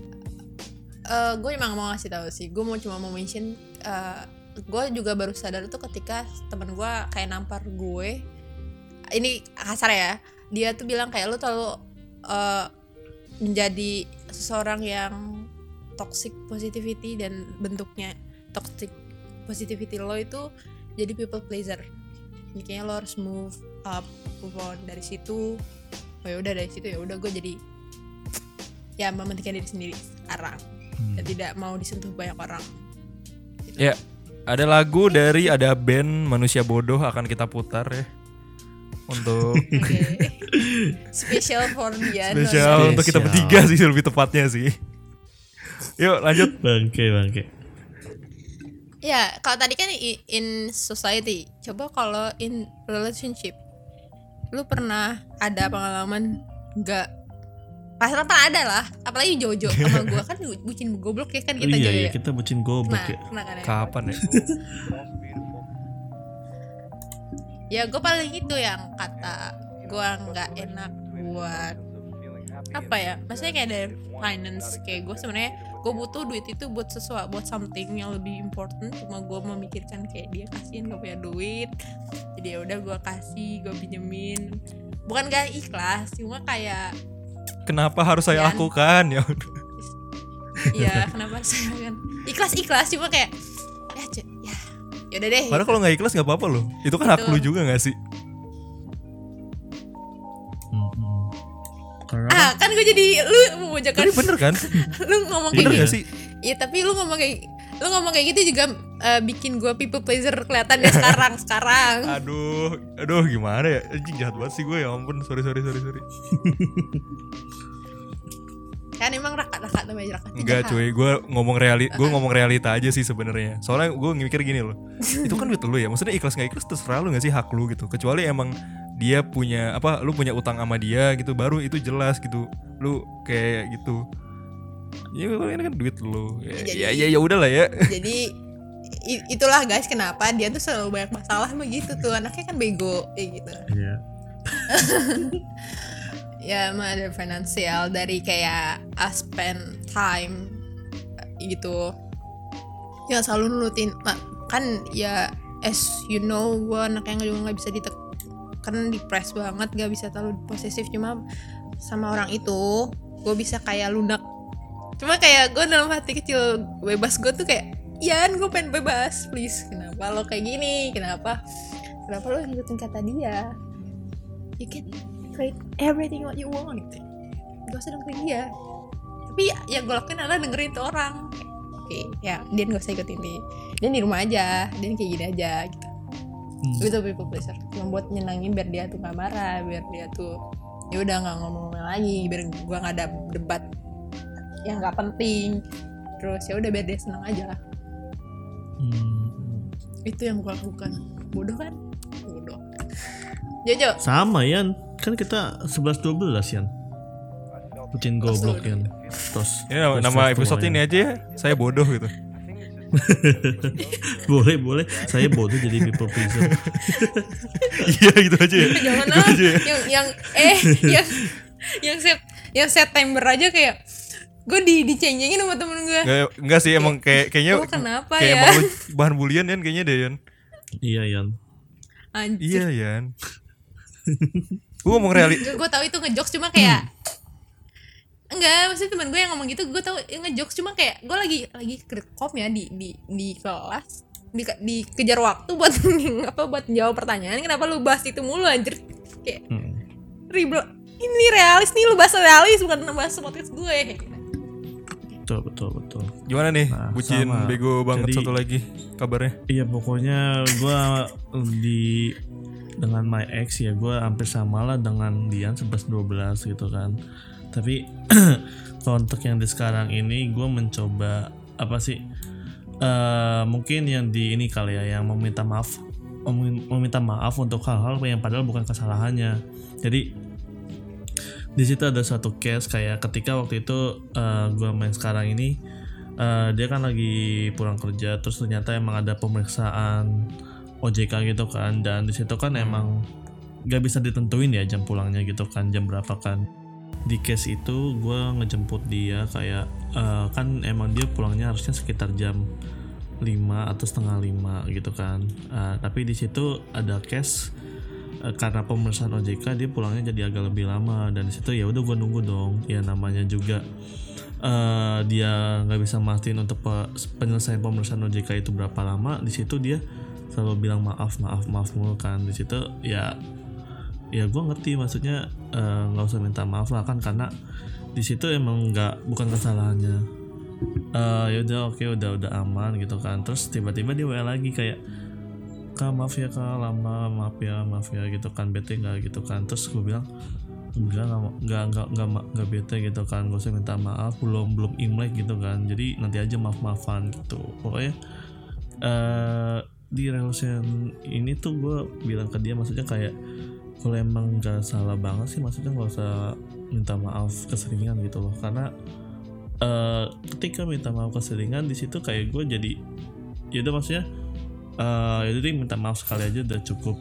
gue emang mau ngasih tahu sih, gue cuma mau mention, gue juga baru sadar tuh ketika temen gue kayak nampar gue. Ini kasar ya, dia tuh bilang kayak lu terlalu menjadi seseorang yang toxic positivity, dan bentuknya toxic positivity lo itu jadi people pleaser. Jadi kayaknya lo harus move on dari situ. Ya udah dari situ, ya udah gue jadi ya mementingkan diri sendiri sekarang. Dan tidak mau disentuh banyak orang. Ya, ada lagu dari ada band Manusia Bodoh akan kita putar ya. Untuk Oke. Special for Dian. spesial untuk kita bertiga sih lebih tepatnya sih. Yuk lanjut. Bangke. Ya, kalau tadi kan in society. Coba kalau in relationship, lu pernah ada pengalaman nggak? Pasti ada lah. Apalagi Jojo sama gue kan bucin goblok ya kan kita Iya, Jojo iya, ya. kita bucin goblok ya. Pernah kan ya? Kapan ya? Ya gue paling itu yang kata gue nggak enak buat apa ya, maksudnya kayak dari finance, kayak gue sebenarnya gue butuh duit itu buat sesuatu, buat something yang lebih important, cuma gue memikirkan kayak dia kasihin gak punya duit, jadi ya udah gue kasih, gue pinjemin, bukan gak ikhlas, cuma kayak Kenapa harus saya Yan. lakukan ya? ya kenapa saya kan ikhlas cuma kayak ya udah deh. Padahal kalau nggak ikhlas nggak apa-apa loh. Itu kan hak Betul. lu juga nggak sih? Karena Kan gue jadi lu memojokkan. Tapi bener kan? Lu ngomong Bener kayak nggak gitu. sih? Iya, tapi lu ngomong kayak gitu juga bikin gue people pleaser kelihatan deh sekarang. Aduh gimana ya? Anjing jahat banget sih gue, ya ampun. Sorry. Kan emang rakat namanya rakat. Enggak cuy, gue ngomong realita aja sih sebenarnya. Soalnya gue mikir gini loh, itu kan duit lu ya. Maksudnya ikhlas nggak ikhlas terserah lu nggak sih, hak lu gitu. Kecuali emang dia punya apa, lu punya utang sama dia gitu, baru itu jelas gitu. Lu kayak gitu. Ya ini kan duit lu. Ya udahlah ya. Jadi itulah guys kenapa dia tuh selalu banyak masalah begitu tuh, anaknya kan bego kayak gitu. iya. Ya emang ada finansial dari kayak spend time gitu yang selalu nurutin kan ya, as you know gue anaknya juga nggak bisa ditekan, depres banget, nggak bisa terlalu posesif, cuma sama orang itu gue bisa kayak lunak, cuma kayak gue dalam hati kecil bebas gue tuh kayak Yan, gue pengen bebas please, kenapa lo kayak gini, kenapa lo ngikutin kata dia, you can create everything what you want gitu. Gak usah dengerin dia, tapi yang gue lakuin adalah dengerin tuh orang. Oke, ya dia gak usah ikutin dia di rumah aja, dia kayak gini aja gitu. Itu people pleaser, cuma buat nyenangin biar dia tuh gak marah, biar dia tuh ya udah gak ngomong lagi, biar gue gak ada debat yang gak penting, terus ya udah biar dia senang aja. Itu yang gue lakukan. Bodoh kan? Bodoh. Jojo. Sama Yan, kan kita 11-12 Yan. Pucin goblok Yan. Tos. Ya, nama episode ini aja ya, saya bodoh gitu. boleh. Saya bodoh jadi people pleaser. Iya gitu aja ya. Jangan Gitu aja ya. yang September aja kayak gue diceng-cengin sama temen gue. Enggak sih emang kayaknya Gue kenapa kayak ya? emang lu bahan bulian Yan kayaknya deh Yan. Iya Yan. Anjir. Iya Yan. Gue ngomong Gue tahu itu ngejokes cuma kayak enggak, maksudnya teman gue yang ngomong gitu gue tahu ngejokes cuma kayak gue lagi kritikom ya di kelas dikejar waktu buat buat jawab pertanyaan, kenapa lu bahas itu mulu anjir kayak ini realis nih, lu bahas realis bukan bahas podcast gue. Betul. Gimana nih? Nah, Bucin sama. bego banget. Jadi, satu lagi kabarnya. Iya pokoknya gue dengan my ex ya gue hampir sama lah dengan Dian 11-12 gitu kan. Tapi kalau untuk yang di sekarang ini gue mencoba apa sih? Mungkin yang di ini kali ya, yang meminta maaf untuk hal-hal yang padahal bukan kesalahannya. Jadi di situ ada satu case kayak ketika waktu itu gue main sekarang ini, dia kan lagi pulang kerja, terus ternyata emang ada pemeriksaan OJK gitu kan, dan di situ kan emang gak bisa ditentuin ya jam pulangnya gitu kan, jam berapa kan. Di case itu gue ngejemput dia kayak kan emang dia pulangnya harusnya sekitar jam 5 atau setengah 5 gitu kan. Tapi di situ ada case karena pemeriksaan OJK dia pulangnya jadi agak lebih lama, dan di situ ya udah gue nunggu dong. Ya namanya juga dia nggak bisa mastiin untuk penyelesaian pemeriksaan OJK itu berapa lama. Di situ dia selalu bilang maaf mulu kan. Di situ ya gue ngerti maksudnya nggak usah minta maaf lah kan, karena di situ emang bukan kesalahannya. Ya udah oke, udah aman gitu kan. Terus tiba-tiba dia WA lagi kayak, Kak maaf ya Kak lama, maaf ya gitu kan, bete nggak gitu kan. Terus gue bilang nggak bete gitu kan, gak usah minta maaf, belum Imlek gitu kan, jadi nanti aja maafan gitu. Pokoknya di relation ini tuh gue bilang ke dia maksudnya kayak kalau emang gak salah banget sih maksudnya gak usah minta maaf keseringan gitu loh, karena ketika minta maaf keseringan di situ kayak gue jadi ya udah maksudnya jadi minta maaf sekali aja udah cukup.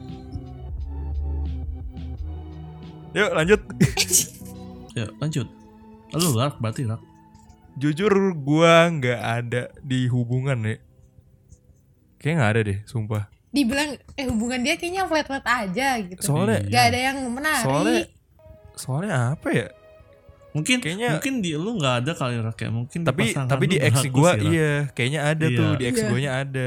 Yuk lanjut. Ya lanjut. Lu Rak berarti Rak. Jujur gua nggak ada di hubungan ya. Kayak nggak ada deh, sumpah. Dibilang hubungan dia kayaknya flat aja gitu. Soalnya gak ada yang menarik. Soalnya apa ya? Mungkin di lu nggak ada kali Rak ya, mungkin Tapi di lu ex bagus gua sih, Rak. iya, kayaknya ada Iya. tuh di ex Iya. guanya ada.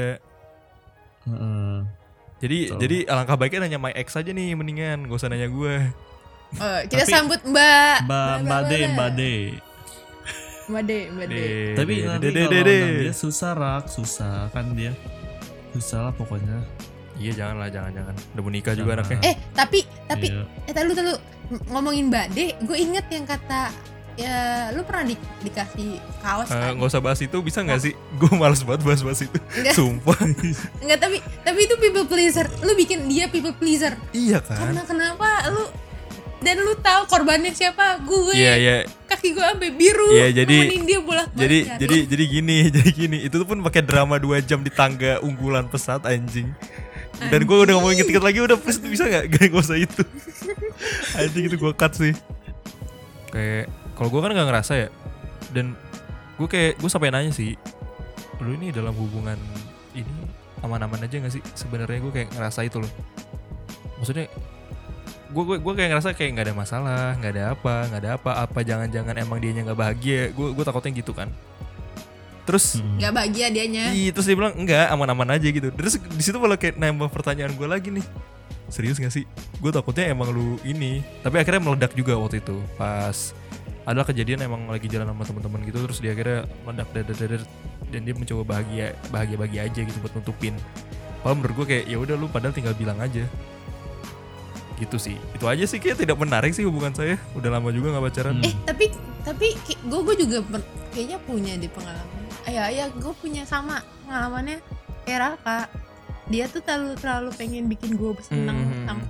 Betul. Jadi alangkah baiknya nanya my ex aja nih, mendingan gak usah nanya gue. Kita Tapi- sambut Mbak Mbak De. Tapi nanti kalau undang dia susah Rak, susah kan dia. Susah lah pokoknya. Iya jangan. Udah mau nikah juga Jangan. anaknya. tapi Iya. tahu ngomongin Mbak De, gue inget yang kata ya lu pernah dikasih kaos kan? Gak usah bahas itu, bisa gak sih? Gue males banget bahas itu. Enggak. Sumpah. Enggak, tapi itu people pleaser. Lu bikin dia people pleaser. Iya kan? Karena kenapa lu dan lu tahu korbannya siapa? Gue. Iya. Kaki gue sampai biru. Iya, jadi- nemenin dia bolak-balik. Jadi gini. Itu tuh pun pakai drama 2 jam di tangga unggulan pesat anjing. Dan gue udah ngomongin inget lagi, udah please bisa gak? Gak usah itu. Anjing itu gue cut sih. Kayak kalau gue kan gak ngerasa ya. Dan gue sampai nanya sih, lu ini dalam hubungan ini aman-aman aja gak sih? Sebenarnya gue kayak ngerasa itu loh. Maksudnya gue kayak ngerasa kayak nggak ada masalah, nggak ada apa jangan-jangan emang dianya nggak bahagia. Gue takutnya gitu kan. Terus Gak bahagia dianya. terus dia bilang enggak, aman-aman aja gitu. Terus di situ malah kayak nambah pertanyaan gue lagi nih, serius nggak sih? Gue takutnya emang lu ini. Tapi akhirnya meledak juga waktu itu pas ada kejadian emang lagi jalan sama teman-teman gitu, terus dia akhirnya meledak dan dia mencoba bahagia aja gitu buat nutupin. Kalau menurut gue kayak ya udah lu padahal tinggal bilang aja. Gitu sih. Itu aja sih, kayak tidak menarik sih hubungan saya. Udah lama juga nggak pacaran. Tapi gue juga kayaknya punya di pengalaman. Ya gue punya sama pengalamannya kayak Raka. Dia tuh terlalu pengen bikin gue seneng sampai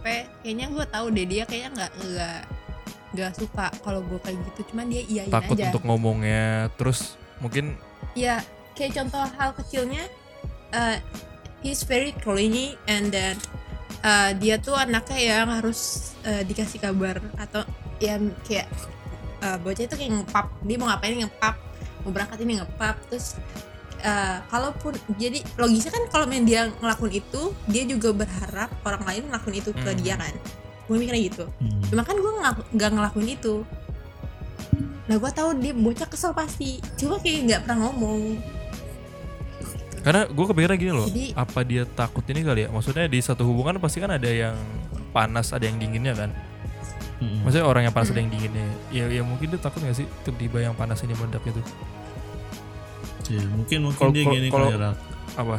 kayaknya gue tahu deh dia kayaknya nggak suka kalau gue kayak gitu, cuman dia iyain Takut aja. untuk ngomongnya, terus mungkin Ya kayak contoh hal kecilnya, he's very clingy and then dia tuh anaknya yang harus dikasih kabar, atau yang kayak bocah itu kayak ngepap, dia mau ngapain ngepap, mau berangkat ini ngepap, terus kalaupun jadi logisnya kan kalau main dia ngelakuin itu, dia juga berharap orang lain ngelakuin itu ke dia kan. Gue mikirnya gitu. Cuma kan gue nggak ngelakuin itu. Nah gue tahu dia bocah kesel pasti, cuma kayak nggak pernah ngomong. karena gue kepikiran gini loh, Jadi- apa dia takut ini kali ya? Maksudnya di satu hubungan pasti kan ada yang panas, ada yang dinginnya kan. Maksudnya orang yang panas ada yang dinginnya. Ya mungkin dia takut gak sih tiba-tiba yang panas ini meledak gitu. Ya, mungkin Kalau- dia gini kalau- kayak Apa?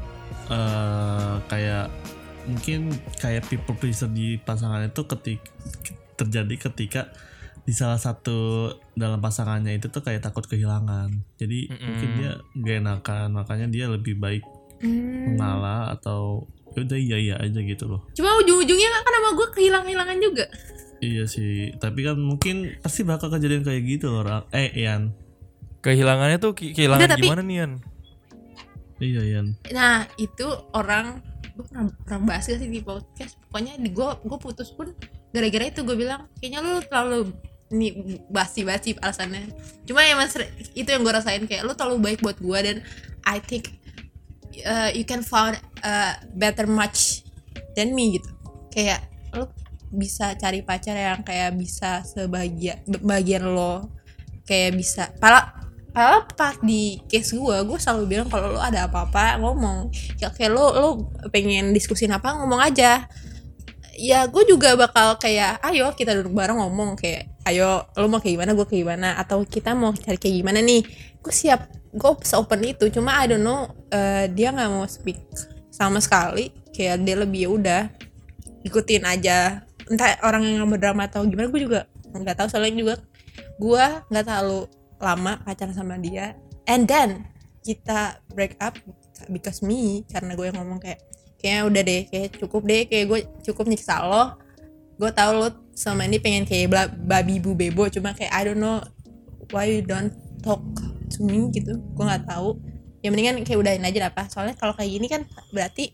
kayak mungkin kayak people pleaser di pasangan itu terjadi ketika di salah satu dalam pasangannya itu tuh kayak takut kehilangan. Jadi mungkin dia gak enakan, makanya dia lebih baik mengalah atau udah iya aja gitu loh. Cuma ujung-ujungnya kan sama gue kehilangan juga. Iya sih, tapi kan mungkin pasti bakal kejadian kayak gitu loh, Ian. Kehilangannya tuh kehilangan Udah, tapi- gimana nih Yan? Iya Ian. Nah itu orang, gue pernah bahas gak sih di podcast, pokoknya di gue putus pun gara-gara itu. Gue bilang kayaknya lu terlalu ini basi-basi alasannya, cuma emang itu yang gue rasain, kayak lu terlalu baik buat gue, dan I think you can find a better match than me gitu. Kayak lu bisa cari pacar yang kayak bisa bagian lo, kayak bisa padahal pas di case gue selalu bilang kalau lo ada apa-apa ngomong, kayak lo pengen diskusin apa ngomong aja. Ya gue juga bakal kayak ayo kita duduk bareng ngomong, kayak ayo lo mau kayak gimana, gue kayak gimana, atau kita mau cari kayak gimana nih, gue siap, gue se-open itu. Cuma I don't know, dia nggak mau speak sama sekali, kayak dia lebih ya udah ikutin aja, entah orang yang berdrama atau gimana, gue juga nggak tahu. Soalnya juga gue nggak terlalu lama pacaran sama dia, and then kita break up because me, karena gue yang ngomong kayaknya udah deh, kayak cukup deh, kayak gue cukup nyiksa lo. Gue tahu lo sama ini pengen kayak babi bu bebo, cuma kayak I don't know why you don't talk to me gitu. Gue nggak tahu. Ya mendingan kayak udahin aja apa. Soalnya kalau kayak gini kan berarti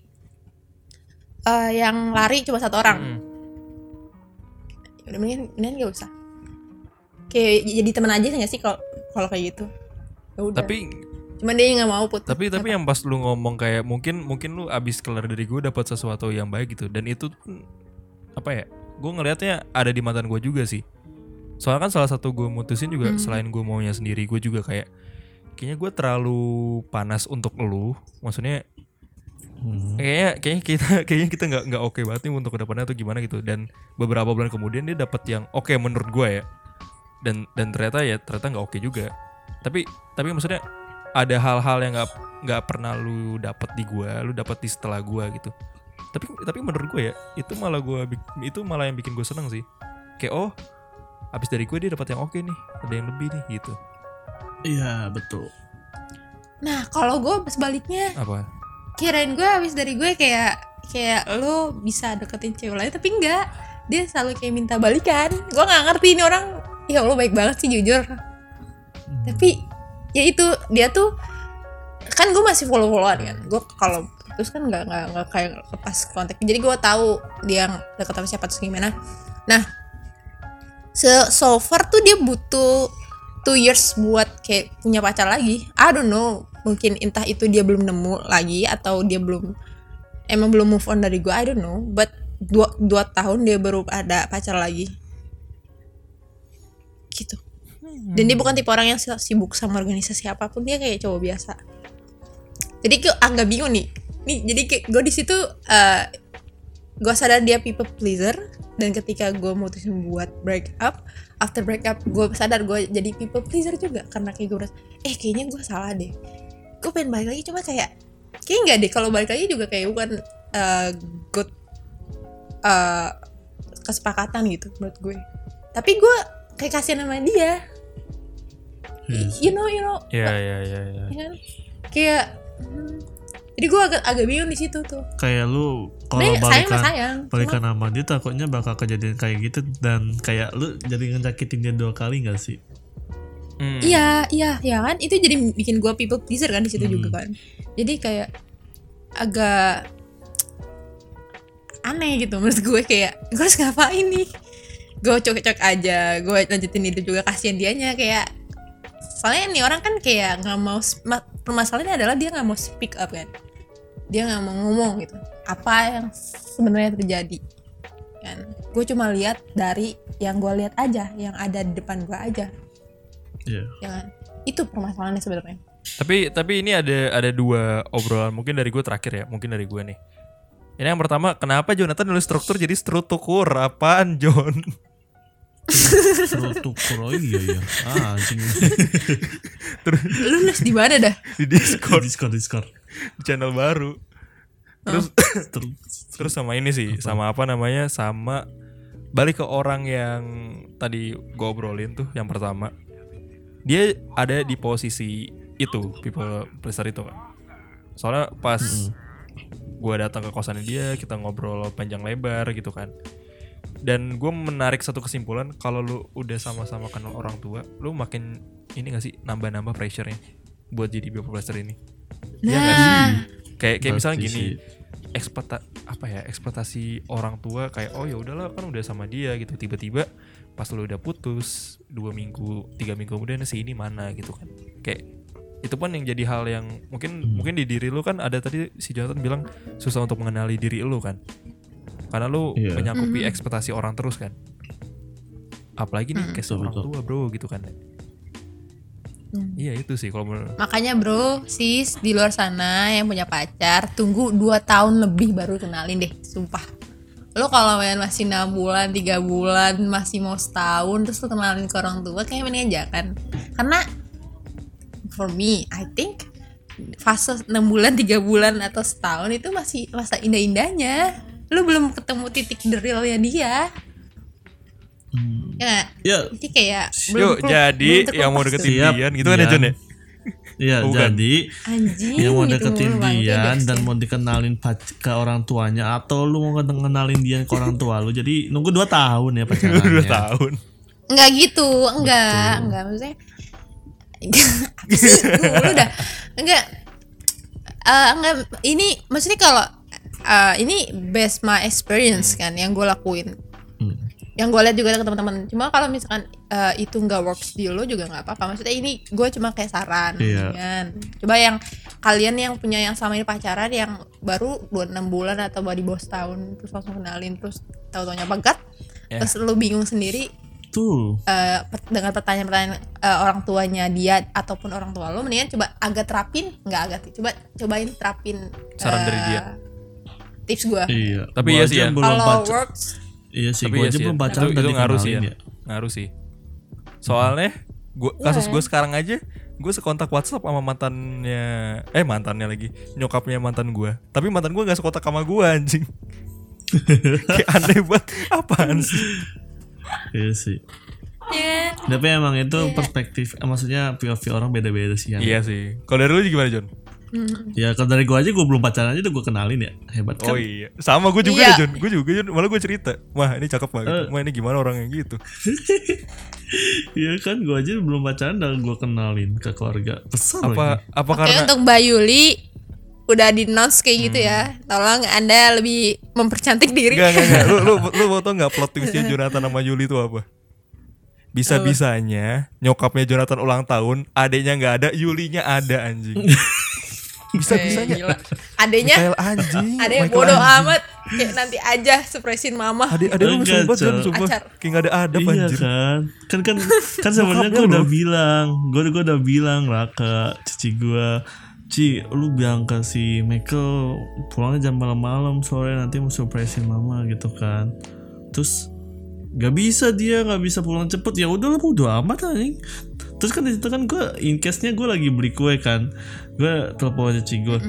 yang lari cuma satu orang. Udah mendingan gak usah. Kayak jadi teman aja nggak sih kalau kayak gitu. Ya udah. Tapi Cuman dia nggak mau putus. tapi yang pas lu ngomong kayak mungkin lu abis kelar dari gue dapat sesuatu yang baik gitu, dan itu apa ya, gue ngelihatnya ada di mantan gue juga sih. Soalnya kan salah satu gue mutusin juga selain gue maunya sendiri, gue juga kayaknya gue terlalu panas untuk lu, maksudnya kayaknya kita nggak oke banget nih untuk kedepannya atau gimana gitu. Dan beberapa bulan kemudian dia dapat yang oke menurut gue ya, dan ternyata nggak oke juga. Tapi maksudnya ada hal-hal yang nggak pernah lu dapat di gue, lu dapat di setelah gue gitu. Tapi menurut gue ya itu malah yang bikin gue seneng sih. Kayak abis dari gue dia dapat yang oke nih, ada yang lebih nih gitu. Iya betul. Nah kalau gue sebaliknya, Apa? kirain gue abis dari gue kayak lo bisa deketin cewek lain, tapi enggak, dia selalu kayak minta balikan. Gue nggak ngerti ini orang, ya Allah baik banget sih jujur. Tapi ya itu dia tuh kan gue masih follow-followan kan. Gue kalau terus kan nggak kayak lepas kontak. Jadi gue tahu dia deket sama siapa terus gimana. Nah so far tuh dia butuh 2 years buat kayak punya pacar lagi. I don't know, mungkin entah itu dia belum nemu lagi atau dia emang belum move on dari gue, I don't know. But 2 tahun dia baru ada pacar lagi gitu. Dan dia bukan tipe orang yang sibuk sama organisasi apapun, dia kayak cowok biasa. Jadi gue agak bingung nih jadi kayak gue di situ gue sadar dia people pleaser, dan ketika gue mutusin buat break up, after break up gue sadar gue jadi people pleaser juga, karena kayak gue merasa kayaknya gue salah deh, gue pengen balik lagi, cuma kayak enggak deh, kalau balik lagi juga kayak bukan good kesepakatan gitu menurut gue. Tapi gue kayak kasihan sama dia. You know Ya. kan? Kayak jadi gue agak bingung di situ tuh. Kayak lu sebenarnya sayang mah sayang. balikan sama dia takutnya bakal kejadian kayak gitu dan kayak lu jadi ngesakitin dia 2 kali nggak sih? Iya kan, itu jadi bikin gue people pleaser kan di situ juga kan. Jadi kayak agak aneh gitu menurut gue, kayak gue harus ngapain nih? Gue cocok aja, gue lanjutin itu juga, kasihan dianya kayak. Soalnya nih orang kan kayak nggak mau, permasalahannya adalah dia nggak mau speak up kan, dia nggak mau ngomong gitu apa yang sebenarnya terjadi kan. Gue cuma lihat dari yang gue lihat aja, yang ada di depan gue aja. Ya kan? Itu permasalahannya sebenarnya. Tapi ini ada 2 obrolan mungkin dari gue terakhir ya, mungkin dari gue nih. Ini yang pertama, kenapa Jonathan nulis struktur jadi struktur? Apaan John? Struktur iya ya. Anjing. Lu nulis di mana dah? Di Discord. Discord. Channel baru. Terus sama ini sih, sama apa namanya, sama balik ke orang yang tadi gue obrolin tuh, yang pertama. Dia ada di posisi itu, people pleaser itu kan. Soalnya pas gue datang ke kosannya dia, kita ngobrol panjang lebar gitu kan. Dan gue menarik satu kesimpulan, kalau lu udah sama-sama kenal orang tua, lu makin ini gak sih, nambah-nambah pressure-nya buat jadi people pleaser ini. Iya gak sih? Kayak misalnya gini, ekspektasi orang tua kayak, oh ya udahlah kan udah sama dia gitu, tiba-tiba pas lu udah putus 2 minggu 3 minggu kemudian si ini mana gitu kan. Kayak itu pun yang jadi hal yang mungkin di diri lu kan ada, tadi si Jonathan bilang susah untuk mengenali diri lu kan, karena lu menyangkupi ekspektasi orang terus kan, apalagi nih kayak orang tua bro gitu kan. Iya itu sih kalau makanya bro, sis di luar sana yang punya pacar, tunggu 2 tahun lebih baru kenalin deh, sumpah. Lo kalau masih 6 bulan, 3 bulan, masih mau setahun terus lo kenalin ke orang tua, kayak mendingan jangan. Karena for me, I think fase 6 bulan, 3 bulan atau setahun itu masih masa indah-indahnya. Lo belum ketemu titik the realnya dia. Ya, jadi kayak belum yang mau deketin Dian gitu kan ya John ya? Iya, jadi anjing yang mau gitu, deketin Dian dan mau dikenalin ke orang tuanya, atau lu mau ngenalin dia ke orang tua lu, jadi nunggu 2 tahun ya pacarannya. 2 tahun. Enggak gitu, enggak maksudnya. Apa sih? Lu udah enggak ini maksudnya kalau ini based my experience kan yang gue lakuin. Yang gue lihat juga ke teman-teman. Cuma kalau misalkan itu nggak works di lo juga nggak apa-apa. Maksudnya ini gue cuma kayak saran, kan. Coba yang kalian yang punya yang sama ini pacaran yang baru 6 bulan atau baru di bawah setahun terus langsung kenalin terus tahu-taunya pegat, terus lo bingung sendiri. Tuh. Dengan pertanyaan-pertanyaan orang tuanya dia ataupun orang tua lo, mendingan coba cobain terapin saran dari dia. Tips gue. Iya. Tapi iya sih ya. Kalau works. Iya sih, gue aja belum pacaran itu ngaruh sih ya. Ngaruh sih. Soalnya kasus gue sekarang aja, gue sekontak WhatsApp sama mantannya lagi, nyokapnya mantan gue. Tapi mantan gue gak sekontak sama gue anjing. Kayak aneh banget, apaan sih? Iya sih. Tapi emang itu perspektif, maksudnya POV orang beda-beda sih. Iya sih. Kalau dari lu gimana John? Ya kalau dari gue aja, gue belum pacaran aja udah gue kenalin ya, hebat kan. Oh iya, sama gue juga ya John. Gue juga John, malah gue cerita, wah ini cakep banget, wah ini gimana orangnya gitu. Iya kan, gue aja belum pacaran dan gue kenalin ke keluarga besar. Apa karena untuk Mbak Yuli udah di-announce kayak gitu ya, tolong Anda lebih mempercantik diri. Enggak. Lu mau tau nggak plot twistnya Jonathan sama Yuli itu apa? Bisa-bisanya nyokapnya Jonathan ulang tahun, adeknya nggak ada, Yulinya ada anjing. Bisa-bisanya adeknya anjing, adek bodoh amat, kayak nanti aja surprisein mama. Adek lu sobat John, sumpah kayak gak ada adab anjir. Kan sebenarnya gue udah bilang lah ke cici gue, Ci, lu bilang ke si Michael pulangnya jam malam-malam sore, nanti mau surprisein mama gitu kan. Terus gak bisa pulang cepet. Ya udah lah, bodo amat anjing. Terus kan disitu kan gue in case-nya gue lagi beli kue kan, gue telepon cici gue,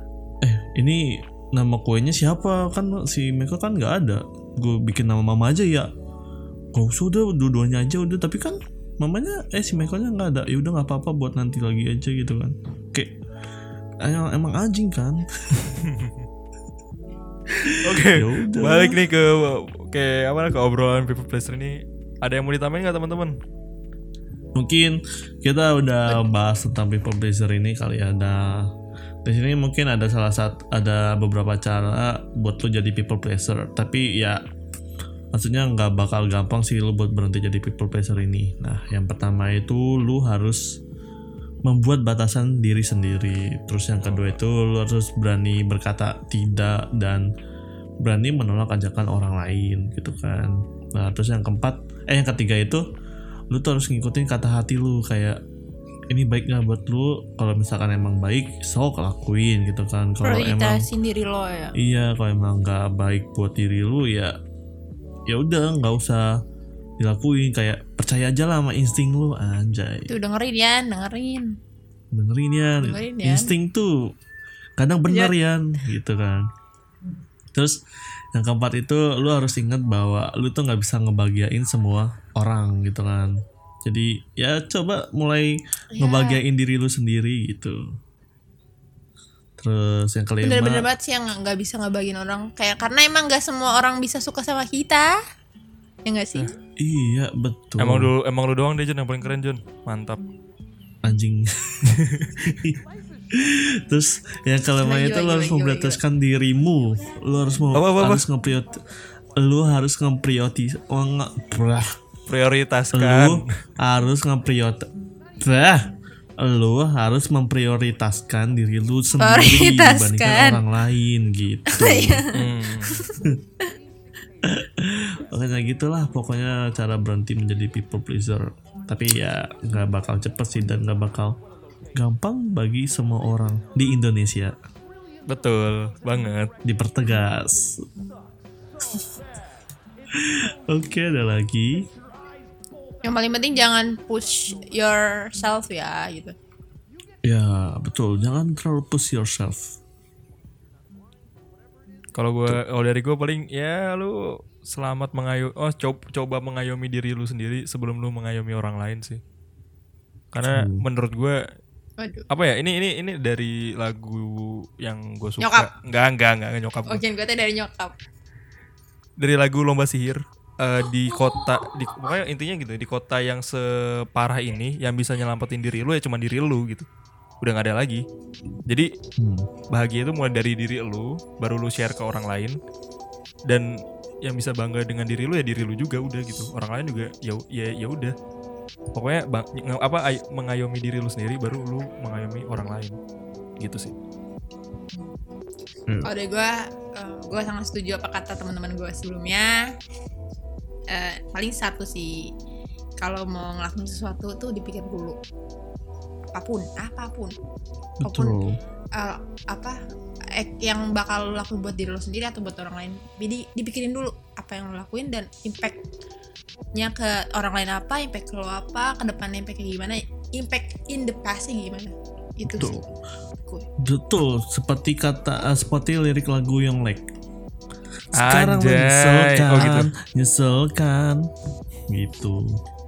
ini nama kuenya siapa, kan si Michael kan nggak ada, gue bikin nama mama aja ya. Gak usah, udah dua-duanya aja udah. Tapi kan mamanya si Michaelnya nggak ada, ya udah nggak apa-apa buat nanti lagi aja gitu kan. Kayak emang anjing kan. Oke, Yaudah. balik nih ke obrolan people pleaser ini. Ada yang mau ditambahin nggak teman-teman? Mungkin kita udah bahas tentang people pleaser ini kali ya. Di sini mungkin ada beberapa cara buat lo jadi people pleaser. Tapi ya maksudnya nggak bakal gampang sih lo buat berhenti jadi people pleaser ini. Nah, yang pertama itu lo harus membuat batasan diri sendiri. Terus yang kedua itu lo harus berani berkata tidak dan berani menolak ajakan orang lain gitu kan. Nah, terus yang ketiga itu lu tuh harus ngikutin kata hati lu, kayak ini baik nggak buat lu. Kalau misalkan emang baik, sok lakuin gitu kan. Kalau emang Prioritasin diri lo ya. iya, kalau emang nggak baik buat diri lu ya udah nggak usah dilakuin. Kayak percaya aja lah sama insting lu, anjay. Tuh dengerin ya. Dengerin ya. Insting tuh kadang bener ya gitu kan. Terus yang keempat itu lu harus ingat bahwa lu tuh nggak bisa ngebahagiain semua orang gitu kan. Jadi ya coba mulai ngebahagiain diri lu sendiri gitu. Terus yang kelima, Bener-bener banget sih yang gak bisa ngebagiin orang. Kayak karena emang gak semua orang bisa suka sama kita. Ya gak sih? iya betul. Emang lu doang deh Jun yang paling keren Jun. Mantap. Anjing. Terus yang kelima Lagi, itu lu harus memprioritaskan dirimu. Lu harus lu harus memprioritaskan diri lu sendiri dibandingkan orang lain gitu. Makanya gitulah pokoknya cara berhenti menjadi people pleaser. Tapi ya nggak bakal cepet sih dan nggak bakal gampang bagi semua orang di Indonesia. Betul banget. Dipertegas. Oke, ada lagi. Yang paling penting jangan push yourself ya gitu. Ya betul, jangan terlalu push yourself. Kalau dari gue paling ya lu coba mengayomi diri lu sendiri sebelum lu mengayomi orang lain sih. Karena menurut gue apa ya, ini dari lagu yang gue suka. Nyokap. Enggak nyokap gue. Oke, gue tuh dari nyokap. Dari lagu Lomba Sihir. Pokoknya intinya gitu, di kota yang separah ini yang bisa nyelamatin diri lu ya cuma diri lu gitu. Udah gak ada lagi. Jadi bahagia itu mulai dari diri lu, baru lu share ke orang lain. Dan yang bisa bangga dengan diri lu ya diri lu juga, udah gitu. Orang lain juga ya udah. Pokoknya mengayomi diri lu sendiri baru lu mengayomi orang lain. Gitu sih. Kalau dari gue sangat setuju apa kata teman-teman gue sebelumnya. Paling satu sih, kalau mau ngelakuin sesuatu tuh dipikir dulu. Apapun Betul. yang bakal lo lakuin buat diri lo sendiri atau buat orang lain. Jadi dipikirin dulu apa yang lo lakuin dan impactnya ke orang lain apa, impact ke lo apa, ke depannya impactnya gimana, impact in the pastnya gimana. Itu Betul. sih. Cool. Betul, seperti lirik lagu Yonglek. Sekarang Anjay. nyeselkan gitu.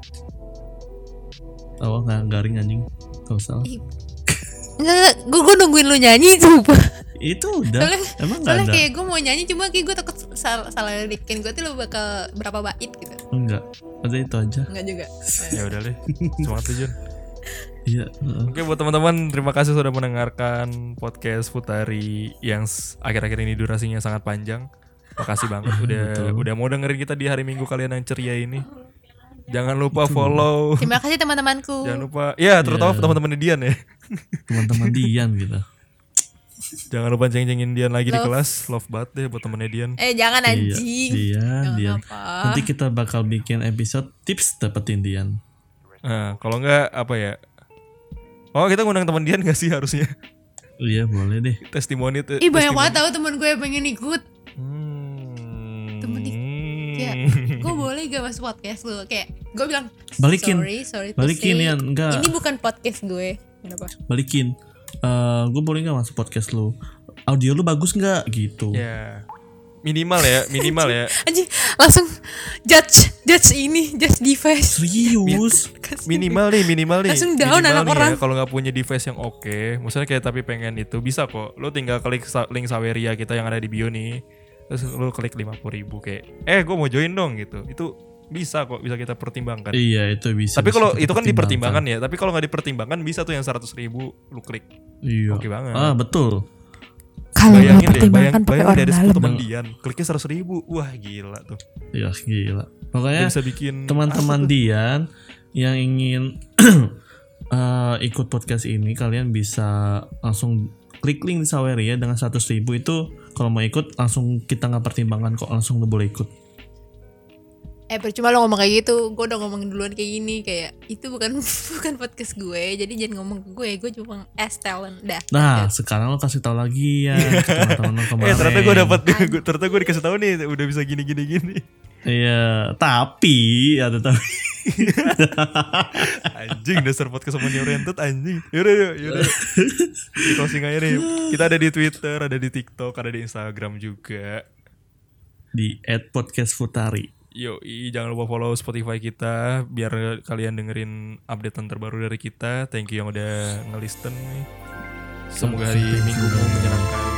Oh nggak garing anjing, gak usah. Enggak, gue nungguin lu nyanyi coba. Itu udah, emang nggak Soalnya ada. kayak gue mau nyanyi cuma kayak gue takut salah lirikin. Gue tuh lu bakal berapa bait gitu. Enggak, ada itu aja. Enggak juga. Ya udah deh. Semangat tuh Jun. Iya. Oke, buat teman-teman, terima kasih sudah mendengarkan podcast Futari yang akhir-akhir ini durasinya sangat panjang. Makasih banget udah mau dengerin kita di hari Minggu kalian yang ceria ini. Jangan lupa follow. Terima kasih teman-temanku. Jangan lupa, ya terutama teman-teman Dian ya. Teman-teman Dian gitu. Jangan lupa ceng-cengin Dian lagi di kelas. Love banget deh buat temennya Dian. Jangan anjing. Dian. Apa. Nanti kita bakal bikin episode tips dapetin Dian. Nah, kalau enggak apa ya? Oh, kita ngundang teman Dian gak sih harusnya? Iya, boleh deh. Testimoni tuh. Banyak banget tahu teman gue yang pengen ikut. Temen kayak gue boleh gak masuk podcast lu? Kayak gue bilang Balikin. sorry Balikin ya, enggak. Ini bukan podcast gue. Kenapa? Balikin. Gue boleh gak masuk podcast lu? Audio lu bagus gak? Gitu. Ya. Minimal ya. Anjing, langsung judge device. Serius? Minimal nih. Langsung down Minimal anak nih orang. Ya, kalau nggak punya device yang oke, maksudnya kayak tapi pengen itu bisa kok. Lo tinggal klik link Saweria kita yang ada di bio nih. terus lu klik 50.000 kayak gue mau join dong gitu. Itu bisa kok, bisa kita pertimbangkan. Iya itu bisa. Tapi kalau kita itu kan pertimbangkan. dipertimbangkan ya. Tapi kalau nggak dipertimbangkan bisa tuh yang 100.000 lu klik. Iya. Oke banget. Betul. Kalau nggak Bayangin deh, pertimbangkan pakai bayangin orang ada 10 dalam. teman Dian, kliknya 100.000. Wah gila tuh. Iya gila. Dia Pokoknya bisa bikin teman-teman apa tuh? Dian yang ingin ikut podcast ini, kalian bisa langsung klik link di Saweria dengan 100.000 itu. Kalau mau ikut langsung, kita nggak pertimbangkan kok, langsung boleh ikut. Percuma lo ngomong kayak gitu, gue udah ngomongin duluan kayak gini, kayak itu bukan bukan podcast gue, jadi jangan ngomong ke gue cuma talent dah. Nah sekarang lo kasih tahu lagi ya ke teman-teman lo kemarin. Ternyata gue dapat, ternyata gue dikasih tahu nih udah bisa gini. Iya, tapi ada tapi. Anjing, dasar podcast money oriented anjing. Yaudah. Di closing aja nih. Kita ada di Twitter, ada di TikTok, ada di Instagram juga. Di @podcastfutari. Yoi, jangan lupa follow Spotify kita biar kalian dengerin updatean terbaru dari kita. Thank you yang udah nge-listen nih. Semoga hari Minggumu menyenangkan.